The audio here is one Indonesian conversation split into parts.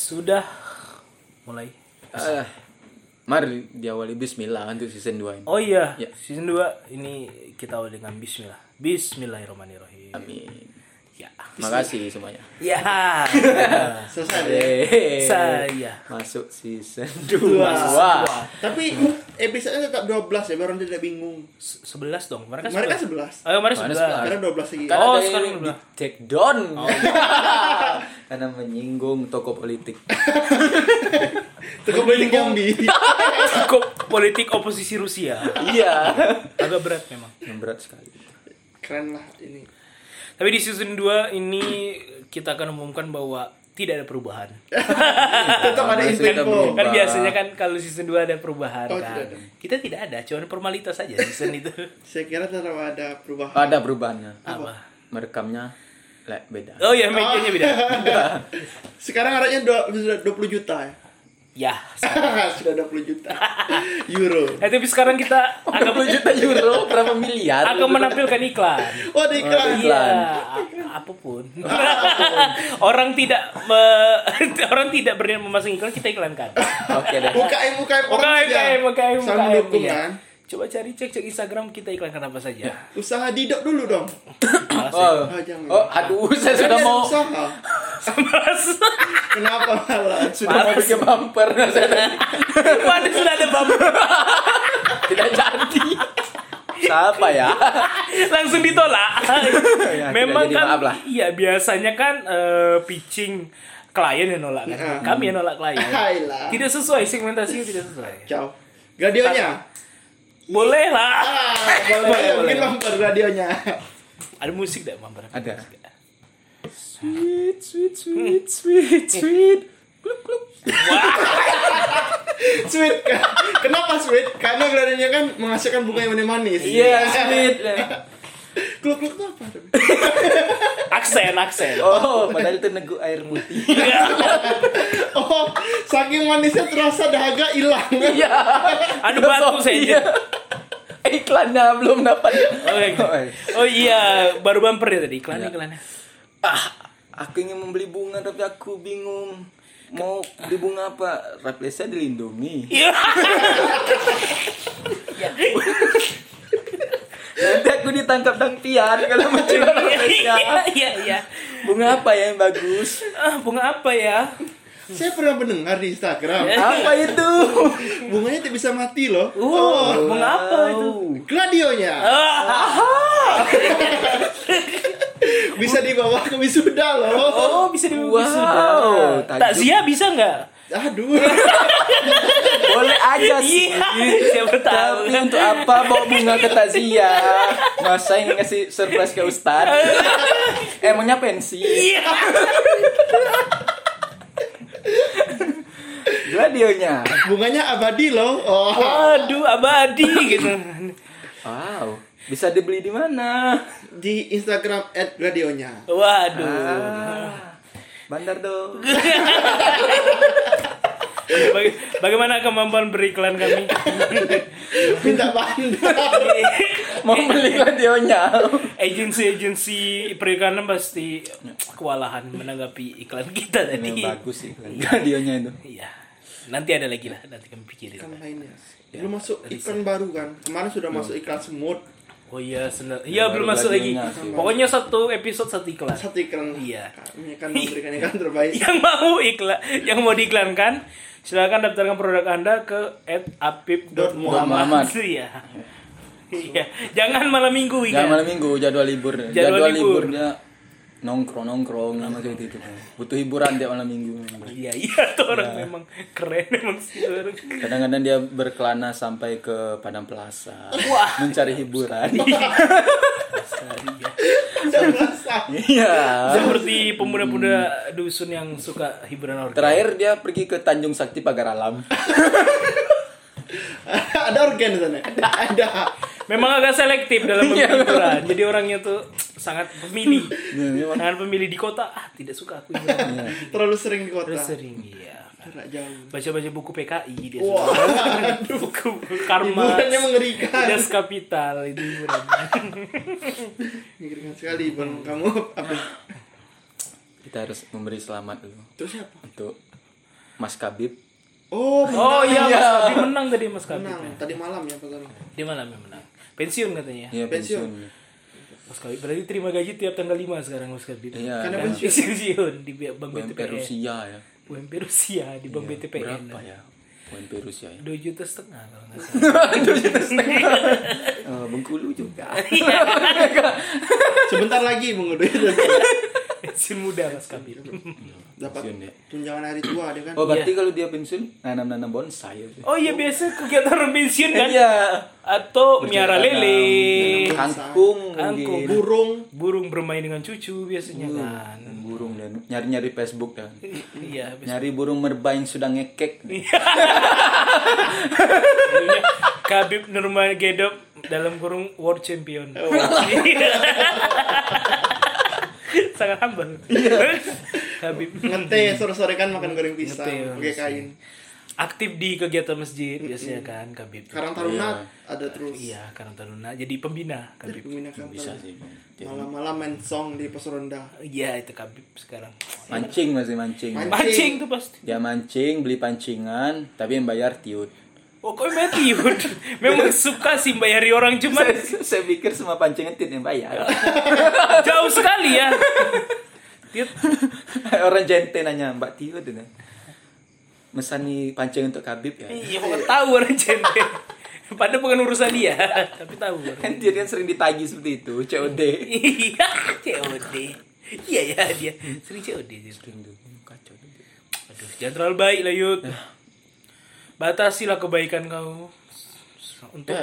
Sudah mulai. Mari diawali bismillah untuk season 2 ini. Oh iya, Ya. season 2 ini kita awali dengan bismillah. Bismillahirrahmanirrahim. Amin. Ya. Makasih semuanya. Ya. Selesai. Saya Masuk season 2. Tapi episodenya tetap 12 ya, biar orang tidak bingung. 11 dong. Mereka Mereka 11. 11. Ayo, mari Mana 11. Sekarang 12 lagi. Karena Oh, ada sekarang yang udah. di take down. Karena menyinggung tokoh politik. Tengok beli kombi. Cukup politik oposisi Rusia. Iya. Agak berat memang. Yang berat sekali. Keren lah ini. Tapi di season 2 ini kita akan umumkan bahwa tidak ada perubahan. Tetap ada Masih info. berubah. Kan biasanya kan kalau season 2 ada perubahan Oh, kan. tidak ada. Kita tidak ada, cuma formalitas saja season itu. Saya kira tetap ada perubahan. Ada perubahannya. Apa? Merekamnya beda. Oh ya, medianya beda. Sekarang harganya sudah 20 juta ya. Ya. Sudah 20 juta euro. Tapi sekarang kita akan 20 juta euro, berapa miliar? akan menampilkan iklan. Oh, ada iklan. Iya, apapun. orang tidak orang tidak berniat memasang iklan, kita iklankan. Oke deh. UKM orang UKM, sama mendukung iya. kan. Coba cek Instagram, kita iklankan apa saja. Usaha didok dulu dong. Oh, jangan. aduh, saya sudah Kan dia mau usaha. Kenapa malah? mau bikin bumper. Waduh, sudah ada bumper. Tidak jadi. Siapa ya? Langsung ditolak. Ya, Memang tidak jadi, kan maaf lah. iya, biasanya kan pitching klien yang nolak kan. Kami yang nolak klien. Hailah. Tidak sesuai, segmentasinya tidak sesuai. Ciao. Radionya. Boleh lah. Boleh. Mungkin bumper radionya. Ada musik enggak bumper? Ada. Sweet. Kluk kluk. Sweet. Kenapa sweet? Karena radionya kan menghasilkan bunga yang manis. Iya, sweet. Kluk-kluk itu apa? Aksen. Oh, padahal itu negu air putih. Oh, saking manisnya terasa dahaga hilang. Iya. Ada batu saya. Iya. Iklannya belum dapat. Oh iya, baru bumper ya tadi iklannya. Aku ingin membeli bunga tapi aku bingung. Mau beli bunga apa? Raplesa dilindungi. Iya. Nanti aku ditangkap Dang Tian kalau mencuri Raplesa. Iya. Bunga apa ya yang bagus? Bunga apa ya? Saya pernah mendengar di Instagram. Apa itu? Bunganya tidak bisa mati loh. Bunga apa itu? Gladionya. Bisa dibawa ke wisuda loh. Oh, bisa dibawa Wow, sudah. Takziah bisa nggak? Aduh. Boleh aja sih. Siapa tahu. Tapi untuk apa bawa bunga ke takziah? Masa yang ngasih surprise ke Ustadz? Emangnya pensi? Iya. Gladionya. Bunganya abadi loh. Oh. Waduh, abadi gitu. Wow. Bisa dibeli di mana? Di Instagram @gladionya. Waduh. Bandar dong. Bagaimana kemampuan beriklan kami? Minta bandar. Mau beli Gladionya. Agensi periklanan pasti kewalahan menanggapi iklan kita tadi. Ini bagus sih Gladionya itu. Iya. Nanti ada lagi lah, nanti kami pikirin. Iklan lainnya. Belum masuk iklan baru kan. Kemarin sudah masuk iklan semut. Oh iya, iya belum masuk lagi. Gladionya sih. Pokoknya satu episode satu iklan. Satu iklan. Iya. Kami akan memberikan iklan terbaik. Yang mau diiklankan, silakan daftarkan produk Anda ke @apip.muhammad. Iya. Iya. Jangan malam minggu Jangan malam minggu, jadwal libur. Jadwal libur. Liburnya nongkrong nama kayak gitu. Butuh hiburan tiap malam minggu. Iya, tuh orang memang keren memang sih orang. Kadang-kadang dia berkelana sampai ke Padang Plaza. Wah. Mencari hiburan. Jangan merasa. Iya. Seperti pemuda-pemuda dusun yang suka hiburan organ. Terakhir dia pergi ke Tanjung Sakti Pagar Alam. Ada organ di sana. Ada. Memang agak selektif dalam hiburan. Jadi orangnya tuh sangat pemilih. Sangat pemilih di kota. Tidak suka aku hiburan. Terlalu sering di kota. Terus sering iya. Jarak jauh. Baca-baca buku PKI dia. Wah, Buku Karma. hiburannya mengerikan. Das Kapital itu hiburan. Mengerikan sekali bang. Kamu apa? Kita harus memberi selamat dulu Terus siapa? untuk Mas Khabib. Oh, Oh iya, Iya. Mas Khabib menang tadi Mas Khabib. menang. Tadi malam ya Pak Garo. Dia malam yang menang. Pensiun katanya. Iya, Pensiun. pensiun. Mas Khabib berarti terima gaji tiap tanggal 5 sekarang Mas Khabib. Iya. Karena dan pensiun. Pensiun di Bank UMP BTPN. Rusia ya. UMP Rusia di Bank Iya, BTPN. berapa ya? UMP Rusia ya. 2,5 juta kalau nggak salah. Bengkulu juga. Sebentar lagi Bung Udo. Pensiun muda Mas Khabib. Dapat Pensiun dia. tunjangan hari tua dia kan. Oh, berarti kalau dia pensiun nanam-nanam bonsai ya. Oh iya biasa kegiatan orang pensiun kan? Iya. Atau miara lele, Kangkung, Kangkung. mungkin. Burung. bermain dengan cucu biasanya kan. Burung dan nyari-nyari Facebook dan Iya, biasa. nyari burung merba yang sudah ngekek. Dulunya Khabib Nurmagomedov dalam kurung world champion. Sangat humble. Khabib Ngete sore-sore kan makan goreng pisang Ngete, pakai kain. aktif di kegiatan masjid biasanya kan Khabib. Karang Taruna ada terus. Iya, karena Taruna jadi pembina Khabib. Pembina Karang Bisa Taruna. sih. Malam-malam main song di pos ronda. Iya, itu Khabib sekarang. Mancing masih mancing. Mancing tuh pasti. Dia mancing, beli pancingan, tapi yang bayar tiut. Oh, kok Matthew? Memang suka sih bayari orang cuman Saya pikir semua pancingan tiut yang bayar. jauh sekali ya. Tiut. Orang jente nanya, Mbak Tiut ini. Mesani pancing untuk Khabib ya. Iya, pokoknya tahu orang jente. Padahal bukan urusan dia, tapi tahu. Kan dia kan sering ditagih seperti itu, COD. Iya, COD. Iya ya dia sering COD dia. Kacau. Aduh, jangan terlalu baik lah Yud. Batasilah kebaikan kau untuk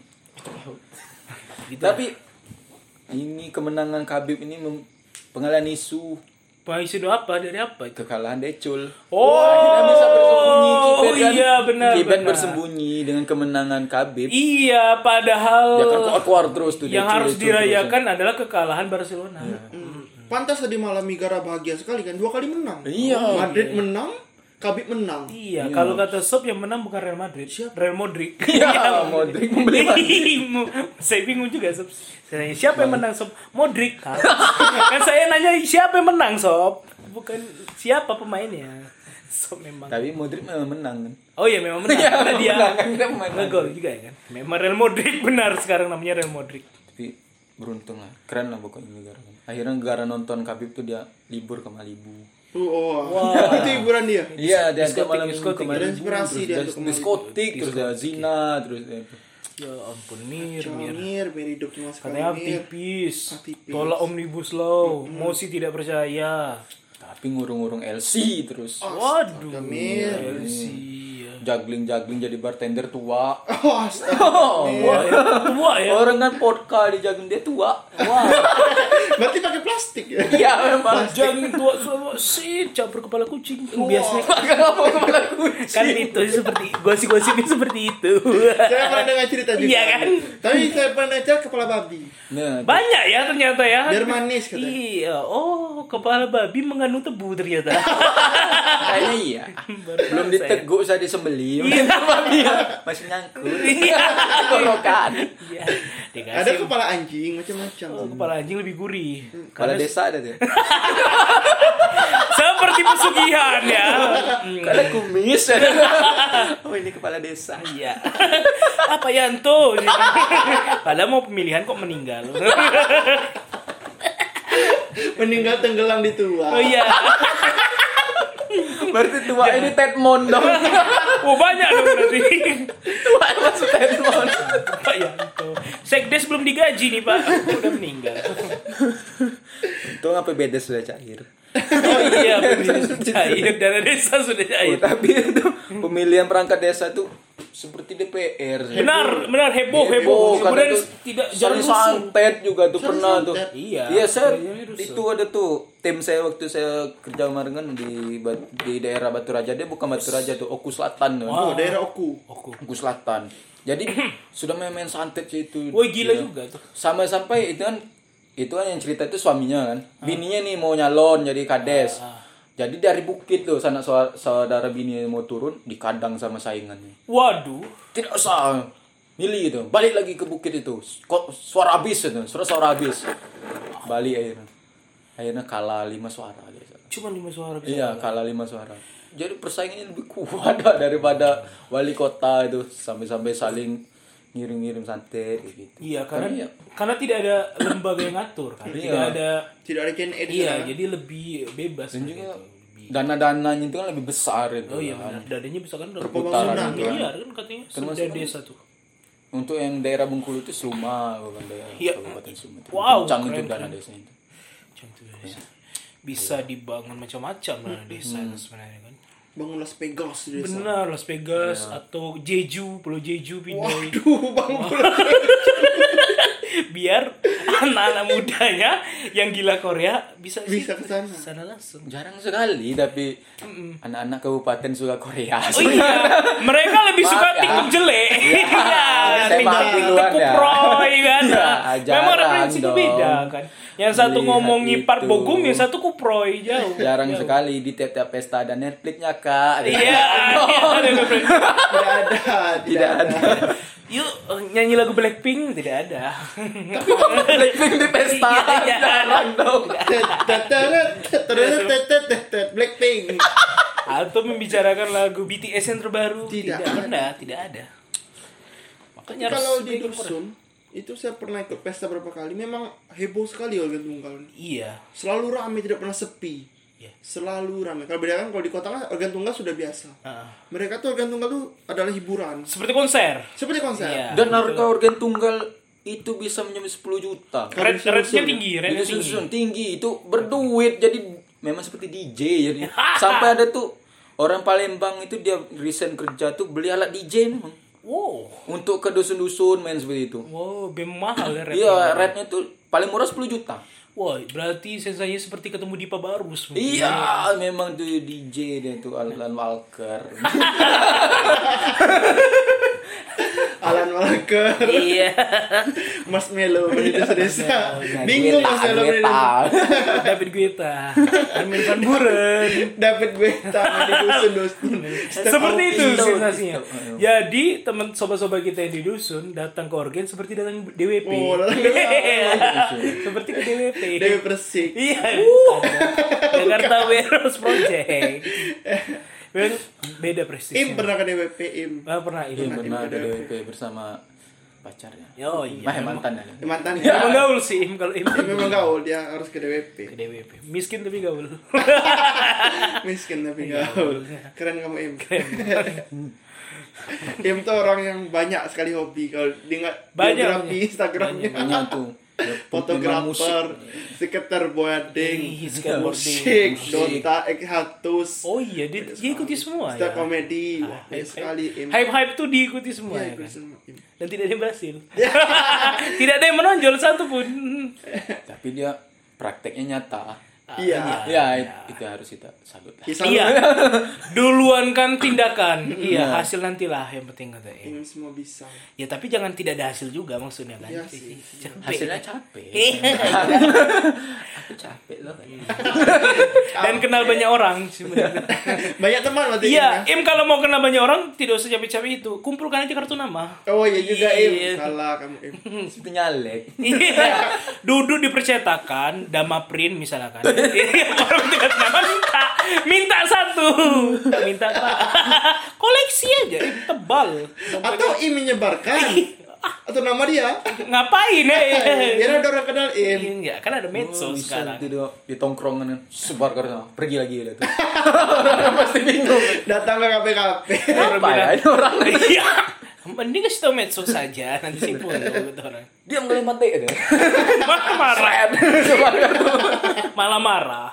gitu. Tapi ini kemenangan Khabib ini pengalihan isu Isu apa dari apa itu? kekalahan Decul. Oh, Akhirnya bisa bersembunyi Kibet kan. iya benar. Kibet benar. bersembunyi dengan kemenangan Khabib. Iya, padahal Dia kan keluar terus tuh. yang Decul, harus Decul dirayakan adalah kekalahan Barcelona. Pantas tadi malam Migara bahagia sekali kan 2 kali menang. Iya. Madrid menang, Khabib menang. Iya, kalau kata Sob yang menang bukan Real Madrid, Real Modric. Iya, Modric membeli Saya bingung juga Sob. Saya nanya, siapa yang menang Sob? Modric. Kan saya nanya siapa yang menang Sob? Bukan siapa pemainnya. Sob memang. Tapi Modric memang menang kan. Oh iya memang menang. Iya, Karena dia menang kan, dia pemain ngegol juga ya kan. Memang Real Modric benar sekarang namanya Real Modric. Tapi beruntung lah, keren lah pokoknya negara. Akhirnya negara nonton Khabib tuh dia libur ke Malibu. Itu hiburan dia. Iya, dia Diskotik, malam diskotik. ke Malibu, Inspirasi terus dia dia untuk ke Malibu. diskotik, terus dia zina, terus dia Ya ampun Mir. Mir hidup cuma sekali. Katanya Mir. aktivis. Aktivis. Tolak Omnibus Law. Mosi tidak percaya. tapi ngurung-ngurung LC terus. Waduh. Mir. LC. Juggling jadi bartender tua. Oh, astaga. Tua ya. Tua ya. Orang kan vodka di juggling dia tua. Wah. Berarti pakai plastik ya? Iya memang. Jangan tua semua sih campur kepala kucing. Biasanya Kenapa kepala kucing? kan itu seperti gosip-gosipnya seperti itu. Saya pernah dengar cerita juga. Iya kan? Tapi saya pernah dengar kepala babi. Nah, Banyak ya ternyata ya. Biar manis katanya. Iya. Oh, kepala babi mengandung tebu ternyata. kayaknya iya. Baru Belum tahu saya. diteguk saya disembeli. Iya. Masih nyangkut. Iya. Korokan. Iya. Dikasih Ada kepala anjing macam-macam. kepala anjing lebih gurih. Kepala Karena desa ada tuh. seperti pesugihan ya. Ada kumis. Oh ini kepala desa. Iya. Apa Yanto? Padahal mau pemilihan kok meninggal. Meninggal tenggelam di tua. Oh iya. Berarti tua ini Tedmond dong. Oh banyak dong berarti. Tua masuk Tedmond. Pak Yanto. Sekdes belum digaji nih Pak. Udah meninggal. Untung APBD sudah cair. Oh iya, cair dana desa sudah Oh, cair. tapi itu pemilihan perangkat desa tuh seperti DPR. Benar heboh. karena Kemudian tuh tidak jarang saling rusuh. santet juga tuh Saling pernah tuh. santet. Iya. Iya, saya Kayaknya rusuh. itu ada tuh tim saya waktu saya kerja kemarin kan di daerah Batu Raja, dia bukan Batu Raja tuh, Oku Selatan tuh. Oh, daerah Oku. Oku Selatan. Jadi sudah main santet sih itu. Woi gila Iya. juga tuh. Sampai itu kan yang cerita itu suaminya kan. Bininya nih mau nyalon jadi kades. Jadi dari bukit tuh saudara bini mau turun dikadang sama saingannya. Waduh. Tidak usah milih gitu. Balik lagi ke bukit itu. Kok suara habis itu, suara habis. Balik akhirnya kalah 5 suara guys. Cuma 5 suara bisa. Iya, kalah 5 suara. Jadi persaingannya lebih kuat daripada wali kota itu sampai saling ngirim-ngirim santet gitu. Iya, karena tidak ada lembaga yang ngatur kan. Tidak ada Gen Ed. Iya, jadi lebih bebas. Dan juga dana-dananya itu kan lebih besar itu. Oh iya, benar. Dananya bisa kan Pembangunan, miliar kan katanya. Termasuk Sudah desa tuh. Untuk yang daerah Bengkulu itu Suma, bukan daerah Iya. Kabupaten Suma. Wow, Kencang itu keren. dana desanya itu. Bisa dibangun macam-macam dana desa itu sebenarnya kan. Bangun Las Vegas di desa. Benar, Las Vegas atau Jeju, Pulau Jeju pindah. Waduh, bangun Biar anak-anak mudanya yang gila Korea bisa ke sana. sana langsung. Jarang sekali tapi anak-anak kabupaten suka Korea. Oh iya, mereka lebih suka Maaf ya. TikTok jelek. Iya, saya maaf duluan TikTok ya. kuproy kan. Ya, Memang jarang referensinya dong. beda kan. Yang satu Lihat ngomongi Park itu. Bogum, yang satu kuproy jauh. Jarang Jauh. sekali di tiap-tiap pesta ada Netflixnya kak. Iya, ada referensi. Tidak ada. Yuk nyanyi lagu Blackpink tidak ada. Blackpink di pesta. Iya, Jarang dong. Blackpink. Atau membicarakan lagu BTS yang terbaru Tidak tidak ada. Makanya harus Kalau di bikin dusun itu saya pernah ikut pesta berapa kali. Memang heboh sekali organ tunggal. Iya. Selalu ramai, tidak pernah sepi. Iya. Selalu ramai. Kalau beda kan kalau di kota kan organ tunggal sudah biasa. Ah. Mereka tuh organ tunggal tuh adalah hiburan. Seperti konser. Seperti konser. Iya. Dan harga organ tunggal itu bisa mencapai 10 juta. Rate-nya tinggi, rate-nya Itu tinggi. susun tinggi, itu berduit. Jadi memang seperti DJ jadi. Sampai ada tuh orang Palembang itu dia resign kerja tuh beli alat DJ memang. Wow. Untuk ke dusun-dusun main seperti itu. Wow, memang mahal ya rate. Iya, rate-nya tuh paling murah 10 juta. Wah, berarti sensasinya seperti ketemu Dipa Barus. Iya, memang tuh DJ dia tuh Alan Walker. Alan Walker. Iya. Mas Melo itu desa. Bingung Mas Melo ini. David Guetta, Armin van Buren. Dapat gue tangan di dusun-dusun. Seperti itu Step out. sensasinya. Jadi teman sobat-sobat kita yang di dusun datang ke organ seperti datang DWP. Oh, datang Seperti ke DWP. Dewi Persik. Iya. Jakarta Warehouse Project. Beda prestis. Im pernah ke DWP Im. Pernah Iya, itu. pernah ada DWP bersama pacarnya. Oh iya. Mantan ya. Mantan Ya, ya. memang gaul sih Im kalau Im. Im memang gaul, dia harus ke DWP. Ke DWP. Miskin tapi gaul. Miskin tapi gaul. Keren kamu Im. Im tuh orang yang banyak sekali hobi. Kalau dia nggak Banyak, biografi banyak. Instagramnya. Banyak tuh. Fotografer, skateboarding, Skateboarding. musik, Dota, Hatus, Oh iya, dia ikuti semua stand ya. komedi. Wah, banyak sekali Im. Hype-hype tuh diikuti semua Iya, ya kan? ikut semua, Im. Dan tidak ada yang berhasil. Tidak ada yang menonjol satu pun. Tapi dia prakteknya nyata. Iya. Ya, itu harus kita salut lah. Kisah Iya. lu Duluan kan tindakan. Iya, hasil nantilah yang penting kata Im. ingin semua bisa. Ya tapi jangan tidak ada hasil juga maksudnya kan. Iya sih. Capek. Hasilnya capek. Iya. Aku capek loh. Dan kenal banyak orang sebenarnya. Banyak teman berarti Im, Iya, ya? Im kalau mau kenal banyak orang tidak usah capek-capek itu. Kumpulkan aja kartu nama. Oh iya juga Iya. Im. Salah kamu Im. Itu nyalek. Iya. Duduk di percetakan, Dama Print misalnya kan. Orang tingkat nama minta satu. Minta Pak. Koleksi aja tebal. Atau Im menyebarkan. Atau nama dia. Ngapain Biar ada orang kenal Im. Iya, kan ada medsos sekarang. Itu di tongkrongan sebar karena pergi lagi udah tuh. Orang pasti bingung. Datang ke KPKP. Apa ya ini orang? Iya. Mending kasih tau medsos saja nanti simpul gitu orang. Dia mulai mati ada. Malah marah. Malah marah.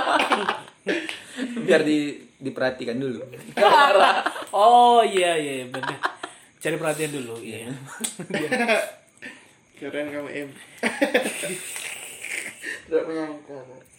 Biar diperhatikan dulu. Oh iya benar. Cari perhatian dulu, iya. Keren kamu Im. Tidak menyangka.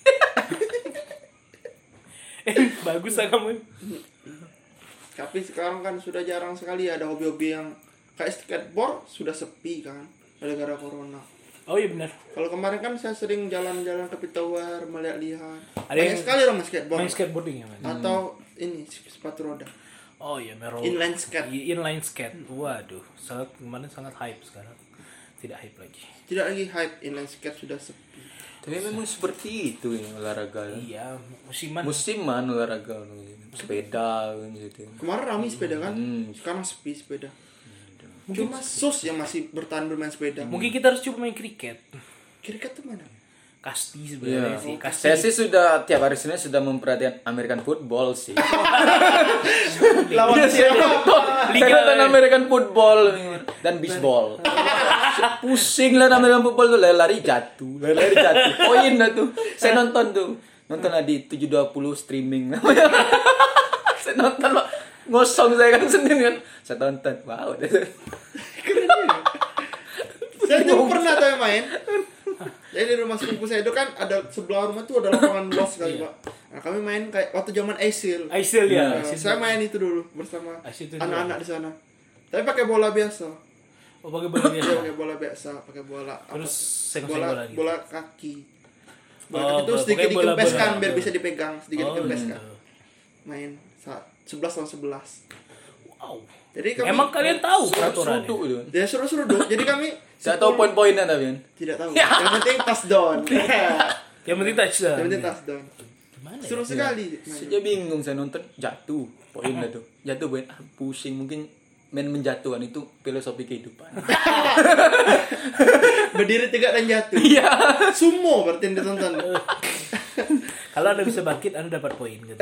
Bagus lah kamu. Tapi sekarang kan sudah jarang sekali ada hobi-hobi yang kayak skateboard sudah sepi kan gara-gara corona. Oh iya benar. Kalau kemarin kan saya sering jalan-jalan ke Pitawar melihat-lihat. Ada Banyak yang sekali orang main skateboard. Main skateboarding ya, Mas? Atau ini sepatu roda. Oh iya, Mero. Inline skate. Iya, inline skate. Waduh, kemarin sangat hype sekarang. Tidak hype lagi. Tidak lagi hype, inline skate sudah sepi. Tapi memang seperti itu ya olahraga. Iya, musiman. Musiman olahraga sepeda gitu. Kemarin ramai sepeda kan, sekarang sepi sepeda. Cuma sus yang masih bertahan bermain sepeda. Mungkin kita harus coba main kriket. Kriket tuh mana? Kasti Iya. sebenarnya sih. Kasti. Saya sih sudah tiap hari Senin sudah memperhatikan American football sih. Lawan siapa? Saya nonton American football dan baseball. Pusing lah American football tuh lari jatuh. Poin dah tuh. Saya nonton tuh. Nonton lah di 720 streaming. Saya nonton Pak. Ngosong saya kan Senin kan. Saya tonton. Wow. Saya juga pernah tuh main. Jadi di rumah sepupu saya itu kan ada sebelah rumah tuh ada lapangan luas kali Pak. Nah kami main kayak waktu zaman Aisil. Aisil ya. Nah, saya main itu dulu bersama Aisil itu anak-anak di sana. Tapi pakai bola biasa. Oh, pakai bola biasa. Iya, pakai bola biasa, pakai bola Terus apa? senggol-senggol lagi. Bola kaki. Bola Oh, kaki itu bola- sedikit pokoknya bola- dikempeskan bola- biar bisa dipegang, sedikit Oh, dikempeskan. gitu. Main 11 lawan 11. Wow. Jadi kami Emang kalian tahu peraturannya? Seru itu. ya seru-seru dong. Jadi kami Saya tahu poin-poinnya tapi kan. tidak tahu. Yang penting touchdown. Yang penting touchdown. Yang penting touchdown. Gimana ya? Seru sekali. Saya bingung saya nonton jatuh poinnya tuh. Jatuh poin pusing mungkin main menjatuhkan itu filosofi kehidupan. Berdiri tegak dan jatuh. Iya. Sumo berarti yang ditonton. Kalau Anda bisa bangkit, Anda dapat poin gitu.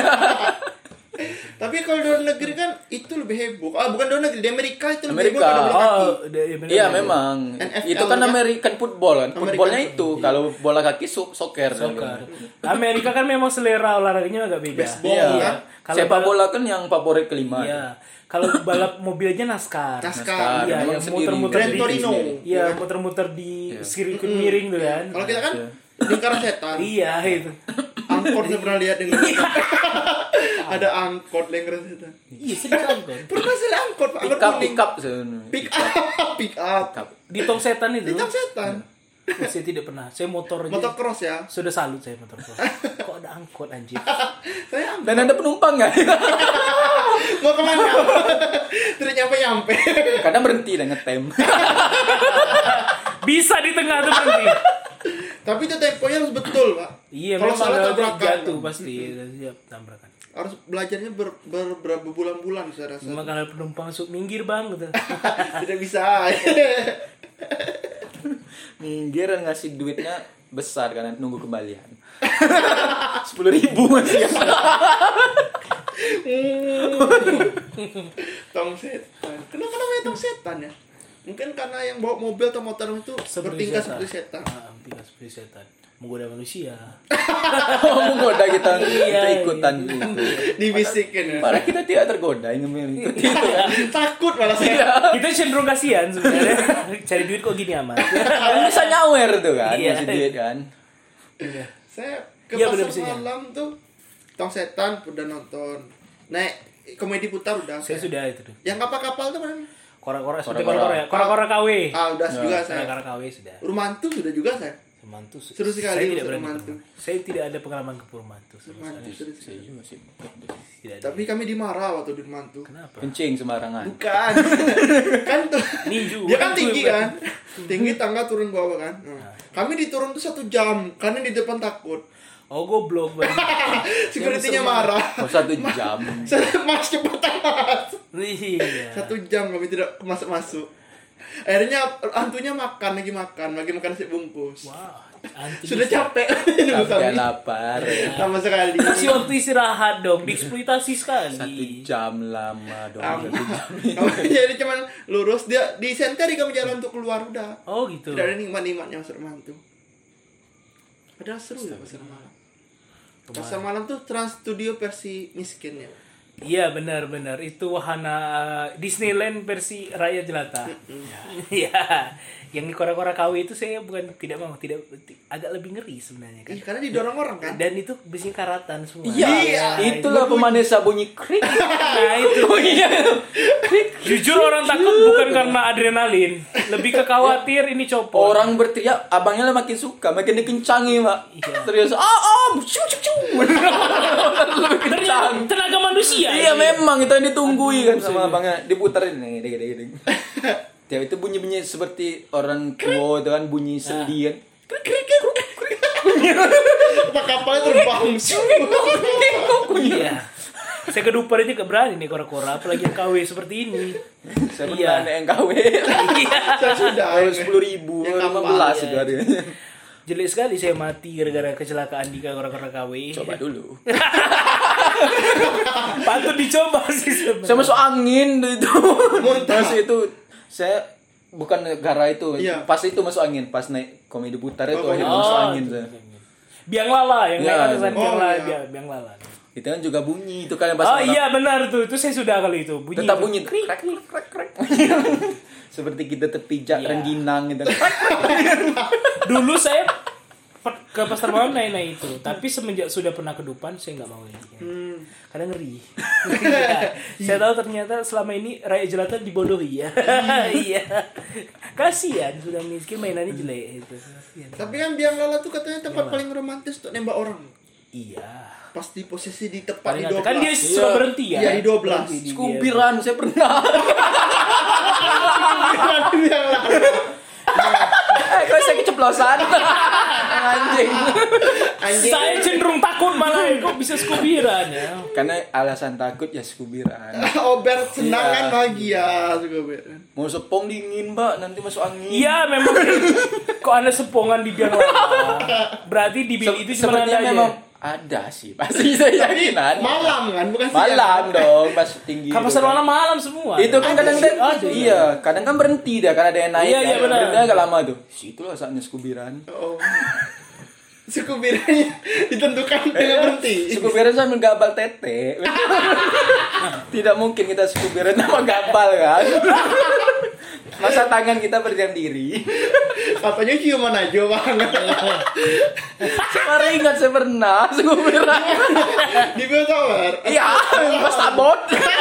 Tapi kalau di luar negeri kan itu lebih heboh. Ah, bukan di luar negeri, di Amerika itu lebih Amerika. heboh pada bola kaki. Oh, Iya memang. NFL Itu kan kan? American football kan. Footballnya American itu kalau bola kaki soccer. Soccer. Amerika kan memang selera olahraganya agak beda. Baseball, Iya. kan? Kalau Sepak balap- bola kan yang favorit kelima. Iya. Kalau balap mobil aja NASCAR. NASCAR. Iya, Memang yang sendiri. muter-muter Grand di Torino. Iya, muter-muter di sirkuit miring tuh kan. Kalau kita kan lingkaran setan. Iya, itu. Angkot saya pernah lihat dengan ada angkot lingkaran setan. Iya, serius angkot. Pernah saya lihat angkot Pak, Pick angkot up, kuning. pick up sebenarnya. Pick up. Di tong setan itu. Hitam setan. Saya tidak pernah. Saya motor aja. Motocross ya. Sudah salut saya motor. Kok ada angkot anjir? Saya angkot. Dan ada penumpang nggak? Mau kemana? Tidak nyampe. Kadang berhenti dan ngetem. Bisa di tengah tuh berhenti. Tapi itu temponya harus betul, Pak. Iya, Kalau memang salah kalau tabrakan. jatuh pasti siap tabrakan. Harus belajarnya berapa bulan-bulan saya rasa. Cuma kalau penumpang masuk minggir bang gitu. Tidak bisa. Minggir dan ngasih duitnya besar karena nunggu kembalian. 10.000 masih. Tong setan. Kenapa namanya tong setan ya? Mungkin karena yang bawa mobil atau motor itu bertingkah seperti setan. Tingkah seperti setan. Menggoda manusia. Oh, menggoda kita Iya, ikutan iya. gitu. Dibisikin ya. Padahal kita tidak tergoda ingin mengikuti itu kan. Takut malah saya. Kita cenderung kasihan sebenarnya. Cari duit kok gini amat. Bisa nyawer tuh kan, Iya. ngasih duit kan. Saya ke Iya, bener, pasar bisa malam tuh tong setan udah nonton. Naik komedi putar udah. Saya sudah itu tuh. Yang kapal-kapal tuh mana? Kora-kora Kora-kora. Kora-kora KW. Ah, udah juga saya. Kora-kora KW sudah. Rumantu sudah juga saya. Mantu. Seru sekali Saya tidak urusan berani. mantu. Saya tidak ada pengalaman ke mantu. Rumantu seru sekali. Saya juga sih. Tidak ada. Tapi kami dimarah waktu di Rumantu. Kenapa? Kencing sembarangan. Bukan. Kan tuh. Ninju. Dia kan tinggi kan. Tinggi tangga turun bawah kan. Nah, kami diturun tuh 1 jam karena di depan takut. Oh goblok banget. Security-nya marah. Oh, 1 jam. Saya mas cepetan mas. Iya. 1 jam kami tidak masuk. Akhirnya hantunya makan lagi makan nasi bungkus. Wah. Anti Sudah capek nunggu Sampai kami. lapar. Sama sekali. Kasih waktu istirahat dong, dieksploitasi sekali. 1 jam lama dong. Am- 1 jam. Kami jadi cuman lurus dia di senteri kami jalan untuk keluar udah. Oh gitu. Tidak ada nikmat-nikmatnya pasar malam tuh. Padahal seru ya pasar malam. Pasar malam tuh Trans Studio versi miskin ya. Iya benar-benar itu wahana Disneyland versi rakyat jelata. Iya. Yang di kora-kora KW itu saya bukan tidak mau, agak lebih ngeri sebenarnya kan. Iya, karena didorong orang kan. Dan itu bisinya karatan semua. Iya, itulah pemanesa bunyi krik. Nah itu. Oh iya. Jujur orang takut bukan karena adrenalin, lebih ke khawatir ini copot. Orang berteriak, abangnya lah makin suka, makin dikencangi, Pak. Iya. Serius. Ciu ciu ciu. Lebih kencang. Tenaga manusia. Iya, memang itu yang ditunggui kan sama abangnya, diputerin nih, ding. Tiap itu bunyi-bunyi seperti orang tua itu kan bunyi sendi kan. Apa kapalnya terbang? Iya. Saya kedupan aja gak berani nih kora-kora, apalagi yang KW seperti ini. Saya Iya. pernah naik KW. Iya. Saya sudah. 10.000, Yang kapal, 15 itu ya. harganya. Jelek sekali saya mati gara-gara kecelakaan di kora-kora KW. Coba dulu. Patut dicoba sih sebenarnya. Saya masuk angin itu. Muntah. Pas itu saya bukan gara itu. Iya. Pas itu masuk angin, pas naik komedi putar itu Oh, akhirnya masuk angin saya. Biang lala yang Iya. naik atasan Oh, biang lala, iya. biang lala. Itu kan juga bunyi itu kan yang pas Oh orang- iya benar tuh, itu saya sudah kali itu bunyi. tetap itu. bunyi krek krek krek. Seperti kita terpijak Iya. rengginang gitu. Dulu saya ke pasar malam naik itu, tapi semenjak sudah pernah kedupan saya nggak mau lagi. Karena ngeri. Saya tahu ternyata selama ini rakyat jelata dibodohi ya. Iya. Kasihan sudah miskin mainannya jelek itu. Kasihan. Tapi kan biang lala tuh katanya tempat paling romantis untuk nembak orang. Iya. Pas di posisi di tepat di Paling 12. kan dia suka berhenti ya. Iya, di 12. Berhenti di- Skubiran saya pernah. Biang lala. Kok saya keceplosan? Anjing. Anjing. Saya cenderung takut malah kok bisa skubiran ya. Karena alasan takut ya skubiran. Ober senang Iya. kan bahagia juga Ber. Mau sepong dingin, Mbak, nanti masuk angin. Iya memang. Kok ada sepongan di biang lala? Berarti di bilik itu cuma Sepertinya ada aja. memang ada sih, pasti saya yakin ada. Malam kan bukan siang. Malam dong, pas tinggi. Kan pasar malam malam semua. Itu kan Ada kadang sih, dia, iya, kadang kan berhenti dah, karena ada yang naik. Iya, iya, kan. benar. Berhenti agak lama tuh. Situlah saatnya skubiran. Oh. Suku biranya ditentukan dengan berhenti. Skubiran sambil gabal tete. Tidak mungkin kita skubiran sama gabal kan. Masa tangan kita berdiam diri. Katanya ciuman aja banget. Saya baru ingat saya pernah skubiran. Di Biotower. Iya, pas tabot.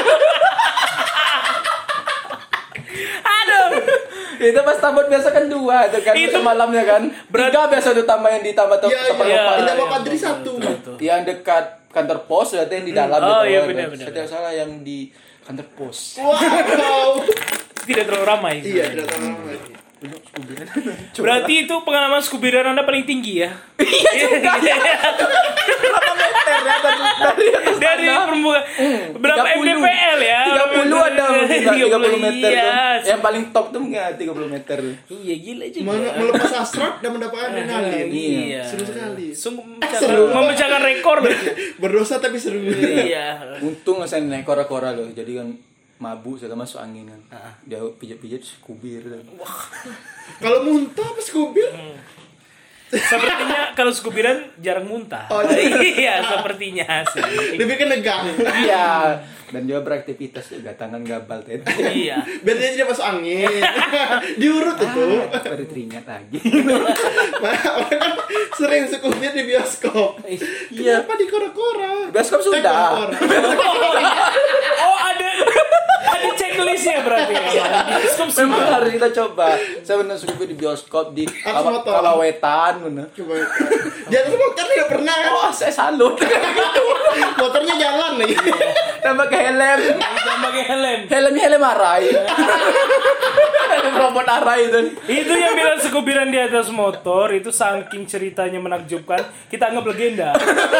Aduh. Itu pas tabot biasa kan 2 itu kan Itu malamnya kan. 3 biasa tuh tambah yang ditambah Iya, tempat iya. lupa. Tidak iya, Bapak Adri satu. Yang dekat kantor pos berarti yang di dalam Oh, gitu. iya, benar, benar. Saya tidak salah yang di kantor pos. Wow. Tidak terlalu ramai. Iya, tidak tahu lagi. Berarti itu pengalaman skubiran Anda paling tinggi ya? Iya juga ya. Berapa meter ya dari atas Dari tanah? permukaan. Berapa 30. mdpl ya? 30 ada 30 meter Iya. tuh. Yang paling top tuh enggak 30 meter. Iya gila juga. Melepas hasrat dan mendapatkan adrenalin. Iya. Seru sekali. Sungguh Seru. memecahkan rekor loh. Berdosa tapi seru. Iya. Untung saya naik kora-kora loh. Jadi kan mabuk saya masuk angin kan. Dia pijat-pijat skubir. Kalau muntah apa skubir? Sepertinya kalau skubiran jarang muntah. Oh, Iya, sepertinya sih. Lebih ke negang. Iya. Dan juga beraktivitas juga tangan gabal tete. Iya. Biar dia tidak masuk angin. Diurut itu. Baru teringat lagi. Orang kan sering skubir di bioskop. Iya. Kenapa di kora-kora? Bioskop sudah. kora-kora. Oh, ada checklistnya berarti ya. Bioskop Memang semua. harus kita coba. Saya pernah skubir di bioskop di Atas motor. Kalawetan bener. Coba. Di atas motor tidak pernah kan? Oh, saya salut. Motornya jalan lagi. Dan pakai helm. Jangan pakai helm. Helm arai. Helm robot arai itu. Itu yang bilang skubiran di atas motor itu saking ceritanya menakjubkan, kita anggap legenda.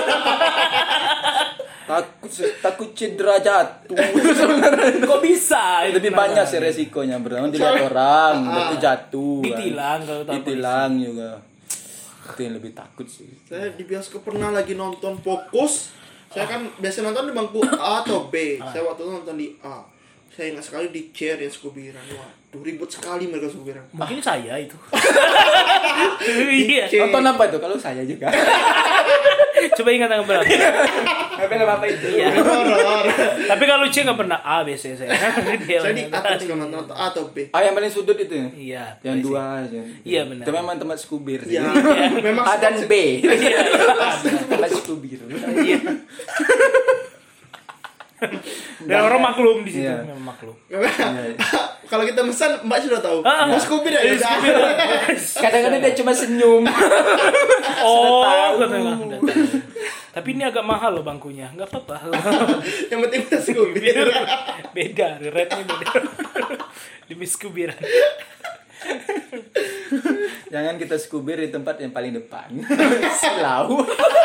Takut cedera jatuh. Sebenarnya Kok bisa? Itu lebih banyak sih resikonya. Pertama dilihat orang, tapi jatuh. kan. Ditilang kalau tahu Ditilang juga. Itu yang lebih takut sih. Saya di bioskop pernah lagi nonton Fokus. Saya kan biasa nonton di bangku A atau B. Saya waktu itu nonton di A. Saya ingat sekali di chair yang skubiran. Waduh, ribut sekali mereka skubiran. Mungkin saya itu. Iya. Chair. Nonton apa itu? Kalau saya juga. Coba ingat yang berapa. Film apa itu? Iya. Horor. Tapi kalau C nggak pernah A biasanya saya. Saya di atas kalau nonton A atau B. Ah, yang paling sudut itu ya? Iya. Yang dua aja. Iya, benar. Itu memang tempat skubir sih. Ya, memang A dan B. Iya. Tempat skubir. Iya. Dan orang maklum di situ, Iya. memang maklum. Kalau kita pesan, Mbak sudah tahu. Ah, Mau skubir ya? Iya, Udah. skubir. Kadang-kadang dia cuma senyum. Oh, tahu. katanya. Udah tahu. Tapi ini agak mahal loh bangkunya, nggak apa-apa. Yang penting udah skubir. Beda, rate-nya beda. Demi skubiran. Jangan kita skubir di tempat yang paling depan. Silau.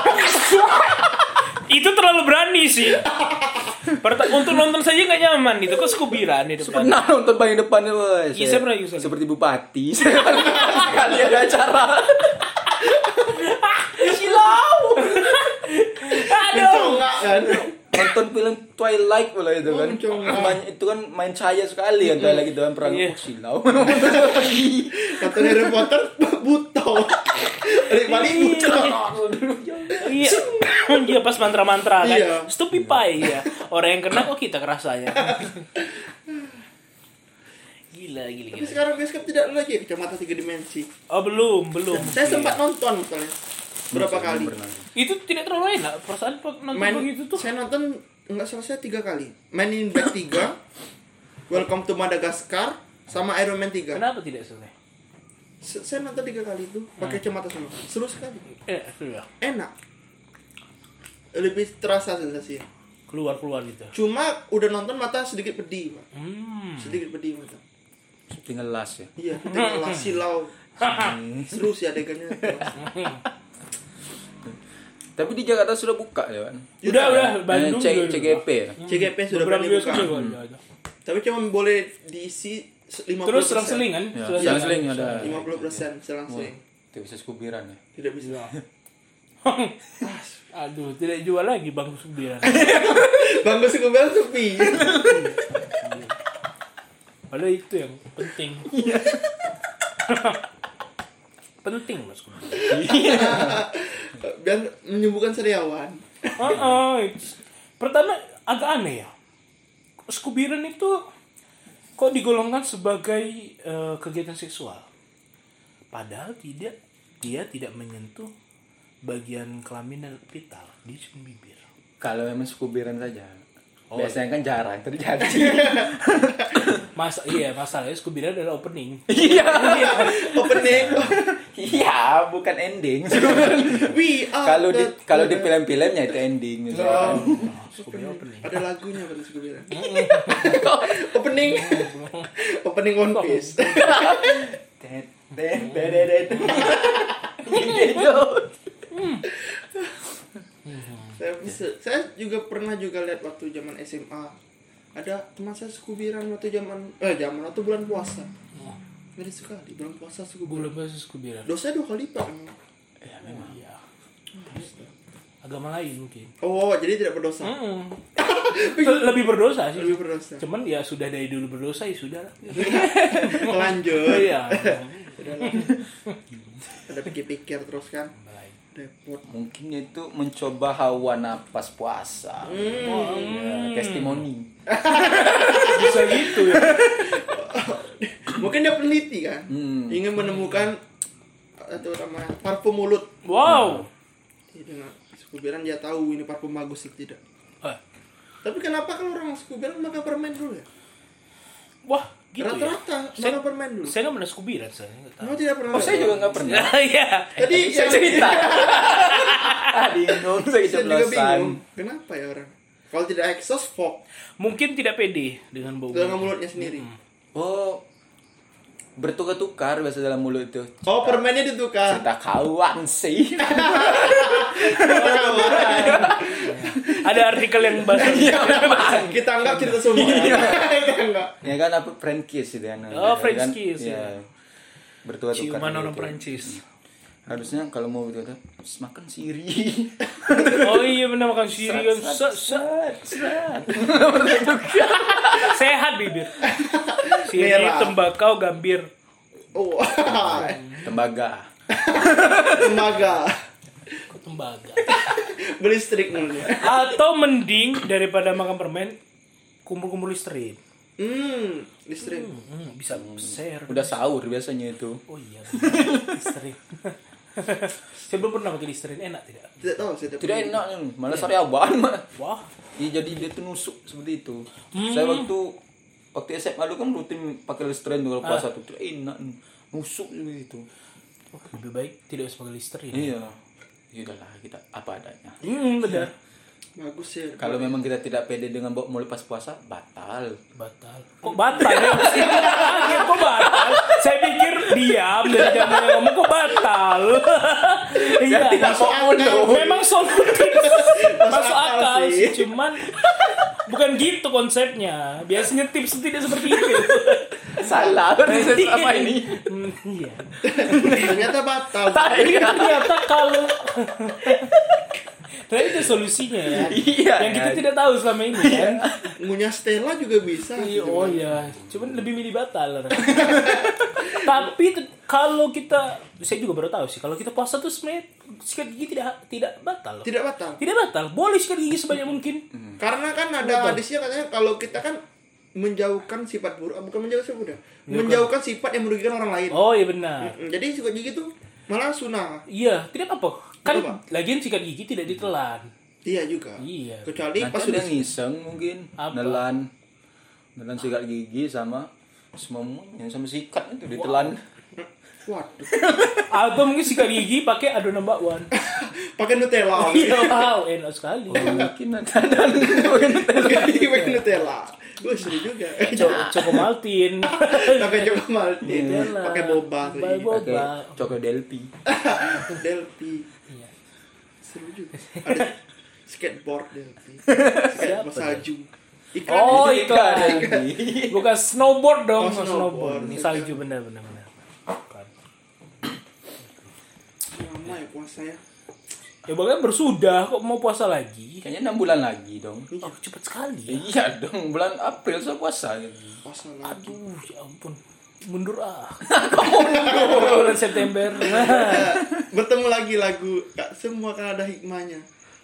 Itu terlalu berani sih. Untuk nonton saja nggak nyaman itu, kok skubiran di depan. Pernah nonton paling depan itu. Iya, saya pernah juga. Seperti bupati. Saya pernah sekali ada acara. Silau. Mencongak kan. Nonton film Twilight pula itu kan. Itu kan main cahaya sekali kan Twilight itu kan perang. Iya. Silau. Nonton Harry Potter buto. Paling buto. Iya. Dia pas mantra-mantra kan. Iya. Stupipai ya. Orang yang kena kok kita kerasanya. Gila. Tapi sekarang bioskop tidak ada lagi kacamata 3 dimensi. Oh, belum. Saya sempat nonton misalnya. Berapa kali? Itu tidak terlalu enak. Perasaan nonton begitu tuh. Saya nonton nggak selesai 3 kali. Man in Black 3, Welcome to Madagascar, sama Iron Man 3. Kenapa tidak selesai? Saya nonton 3 kali itu pakai kacamata semua. Seru sekali. Sudah. Enak. Lebih terasa sensasinya. Keluar gitu. Cuma udah nonton mata sedikit pedih, Pak. Sedikit pedih mata. Tinggal las ya. Iya, tinggal silau. Seru sih adegannya. Tapi di Jakarta sudah buka ya kan? Udah Bandung juga. CGP ya. CGP sudah Beberapa berani bioskop buka. juga. Tapi cuma boleh diisi 50%. Terus selang-seling kan? Ya, selang-seling ada. 50% selang-seling. Itu bisa skubiran ya. Tidak bisa. Aduh, tidak jual lagi bangku skubiran. Bangku skubiran sepi. Padahal itu yang penting. Penting Mas skubiran. Dan menyembuhkan sariawan. Pertama agak aneh ya. Skubiran itu kok digolongkan sebagai kegiatan seksual. Padahal dia tidak menyentuh bagian kelamin dan vital di cium bibir. Kalau memang skubiran saja. Biasanya kan jarang terjadi. Masalahnya skubiran adalah opening. Iya. Opening. Iya, bukan ending. Kalau di film-filmnya itu ending misalnya. Skubiran opening. Ada lagunya pada skubiran. Opening One Piece. Saya juga pernah lihat waktu zaman SMA. Ada teman saya skubiran waktu zaman waktu bulan puasa. Ngeri sekali bulan puasa skubiran. Dosa 2 kali lipat. Ya memang. Iya. Agama lain mungkin. Oh, jadi tidak berdosa. Lebih berdosa sih. Lebih berdosa. Cuman ya sudah dari dulu berdosa ya sudah lah. Lanjut. Iya. Ada pikir-pikir terus kan. Repot. Mungkin itu mencoba hawa napas puasa. Testimoni. Bisa gitu ya. Mungkin dia peneliti kan. Ingin menemukan namanya parfum mulut. Wow. Dengan skubiran dia tahu ini parfum bagus sih tidak. Tapi kenapa kalau orang skubiran makan permen dulu ya? Wah, gitu rata-rata makan permen dulu. Saya nggak pernah skubiran, saya nggak tahu. Kamu tidak pernah. Saya juga nggak pernah. Iya. Tadi saya cerita. Bingung, saya juga bingung. keceplosan. Kenapa ya orang? Kalau tidak exhaust fog Mungkin tidak pede dengan bau. dengan mulutnya sendiri. Oh, bertukar-tukar biasa dalam mulut itu. Oh, permennya ditukar. Cerita kawan sih. Ada artikel yang bahas. Kita anggap cerita semua. Kita anggap. Ya kan apa French kiss itu kan. Oh, French kan, kiss, ya. ya. Bertukar-tukar. Ciuman orang gitu. Prancis. Harusnya kalau mau itu makan siri. Oh iya benar, makan siri kan. Sehat bibir. Siri, Merah. tembakau, gambir. Oh. Tembaga. Tembaga. Kok tembaga? Berlistrik mulutnya. Atau mending daripada makan permen, kumpul-kumpul listerin. Listrik. Bisa share. Udah sahur biasanya itu. Oh iya. Listerin. Saya belum pernah pakai listerin, enak tidak? Tidak tahu saya Tidak enak, malah sariawan mah. Wah. Iya, jadi dia tuh nusuk seperti itu. Saya waktu SMA dulu kan rutin pakai Listerine kalau puasa tuh enak nusuk gitu. Wah, lebih baik tidak usah pakai listerin. Iya. Ya udahlah kita apa adanya. Benar. Bagus ya. Kalau memang kita tidak pede dengan mau lepas puasa, batal. Kok batal ya? Kaget kok batal. Saya pikir diam dari zaman ngomong kok batal. Iya. Masuk akal. Memang solutif. Masuk akal sih. sih. Cuman bukan gitu konsepnya. Biasanya tips tidak seperti itu. Salah riset apa ini? Iya. Ternyata batal. Ternyata kalau ternyata itu solusinya ya. Iya, Yang kita kan? tidak tahu selama ini kan. Ngunyah Stella juga bisa. Oh iya, cuman lebih milih batal. Tapi kalau kita, saya juga baru tahu sih, kalau kita puasa tuh sebenarnya sikat gigi tidak batal. Tidak batal. Tidak batal. Boleh sikat gigi sebanyak mungkin. Karena kan ada hadisnya katanya kalau kita kan menjauhkan sifat buruk, bukan menjauhkan sifat buruk, menjauhkan sifat yang merugikan orang lain. Oh iya benar. Jadi sikat gigi tuh malah sunnah. Iya, tidak apa-apa. Kan Tidak apa. lagian sikat gigi tidak ditelan. Iya juga. Iya. Kecuali Nanti pas ada sudah yang iseng mungkin Apa? nelan sikat gigi sama semuanya sama sikat itu ditelan. waduh. Atau mungkin sikat gigi pakai adonan bakwan. Pakai Nutella. Iya, wow, enak sekali. Mungkin ada Sikat gigi pakai Nutella. Wah, seru juga. Choco Maltin. Pakai Choco Maltin. Nutella. Pakai boba tuh. Pakai boba. pakai coklat Delpi. Delphi. Iya. Seru juga. Ada skateboard Delphi. Siapa Skateboard salju. Ikan. Oh, Ikan. ikan. Bukan snowboard dong, Oh, snowboard. Ini salju benar-benar. Bukan. Lama ya puasa ya. Ya bahkan bersudah kok mau puasa lagi. Kayaknya 6 bulan lagi dong. Oh, cepat sekali ya. Iya dong, bulan April saya puasa gitu. Puasa lagi. Aduh, ya ampun. Mundur ah. Bulan September. Bertemu lagi lagu Kak, semua kan ada hikmahnya.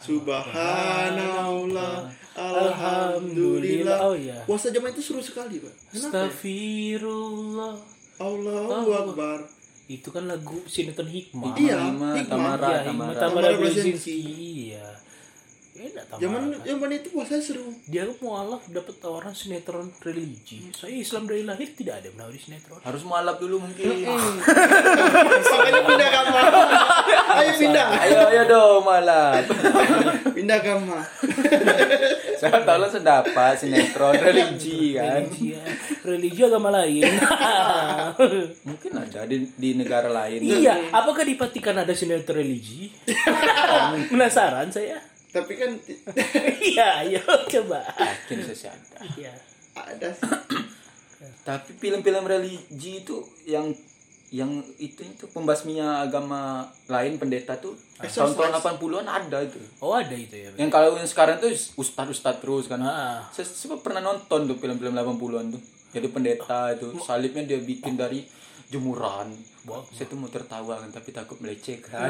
Subhanallah, alhamdulillah. Oh iya. Puasa zaman itu seru sekali, Pak. Kenapa? ya? Astagfirullah. Allahu Akbar. Itu kan lagu sinetron Hikmah. Iya, Hikmah, hikmah. Tamara, Iya, Tamara. Tamara Tamara Brzezinski. Brzezinski. Iya. Enak Tamara. Zaman itu puasa seru. Dia mualaf dapat tawaran sinetron religi. Saya Islam dari lahir tidak ada menawari sinetron. Harus mualaf dulu mungkin. Makanya pindah kamar. Ayo pindah. Ayo dong mualaf. Pindah kamar. Saya tahu lah sedapat sinetron religi kan. Religi, ya. Religi agama lain. Mungkin ada di negara lain. Iya, apakah di Vatikan ada sinetron religi? Penasaran saya. Tapi kan Iya, ayo coba. Mungkin saya ada. Iya. ada sih. Tapi film-film religi itu yang itu pembasminya agama lain pendeta tuh tahun-tahun 80-an ada itu. Oh, ada itu ya. Yang kalau yang sekarang tuh ustad terus kan. Ah. Saya pernah nonton tuh film-film 80-an tuh. Jadi pendeta itu salibnya dia bikin dari jemuran. Wow. Saya tuh mau tertawa kan tapi takut melecehkan.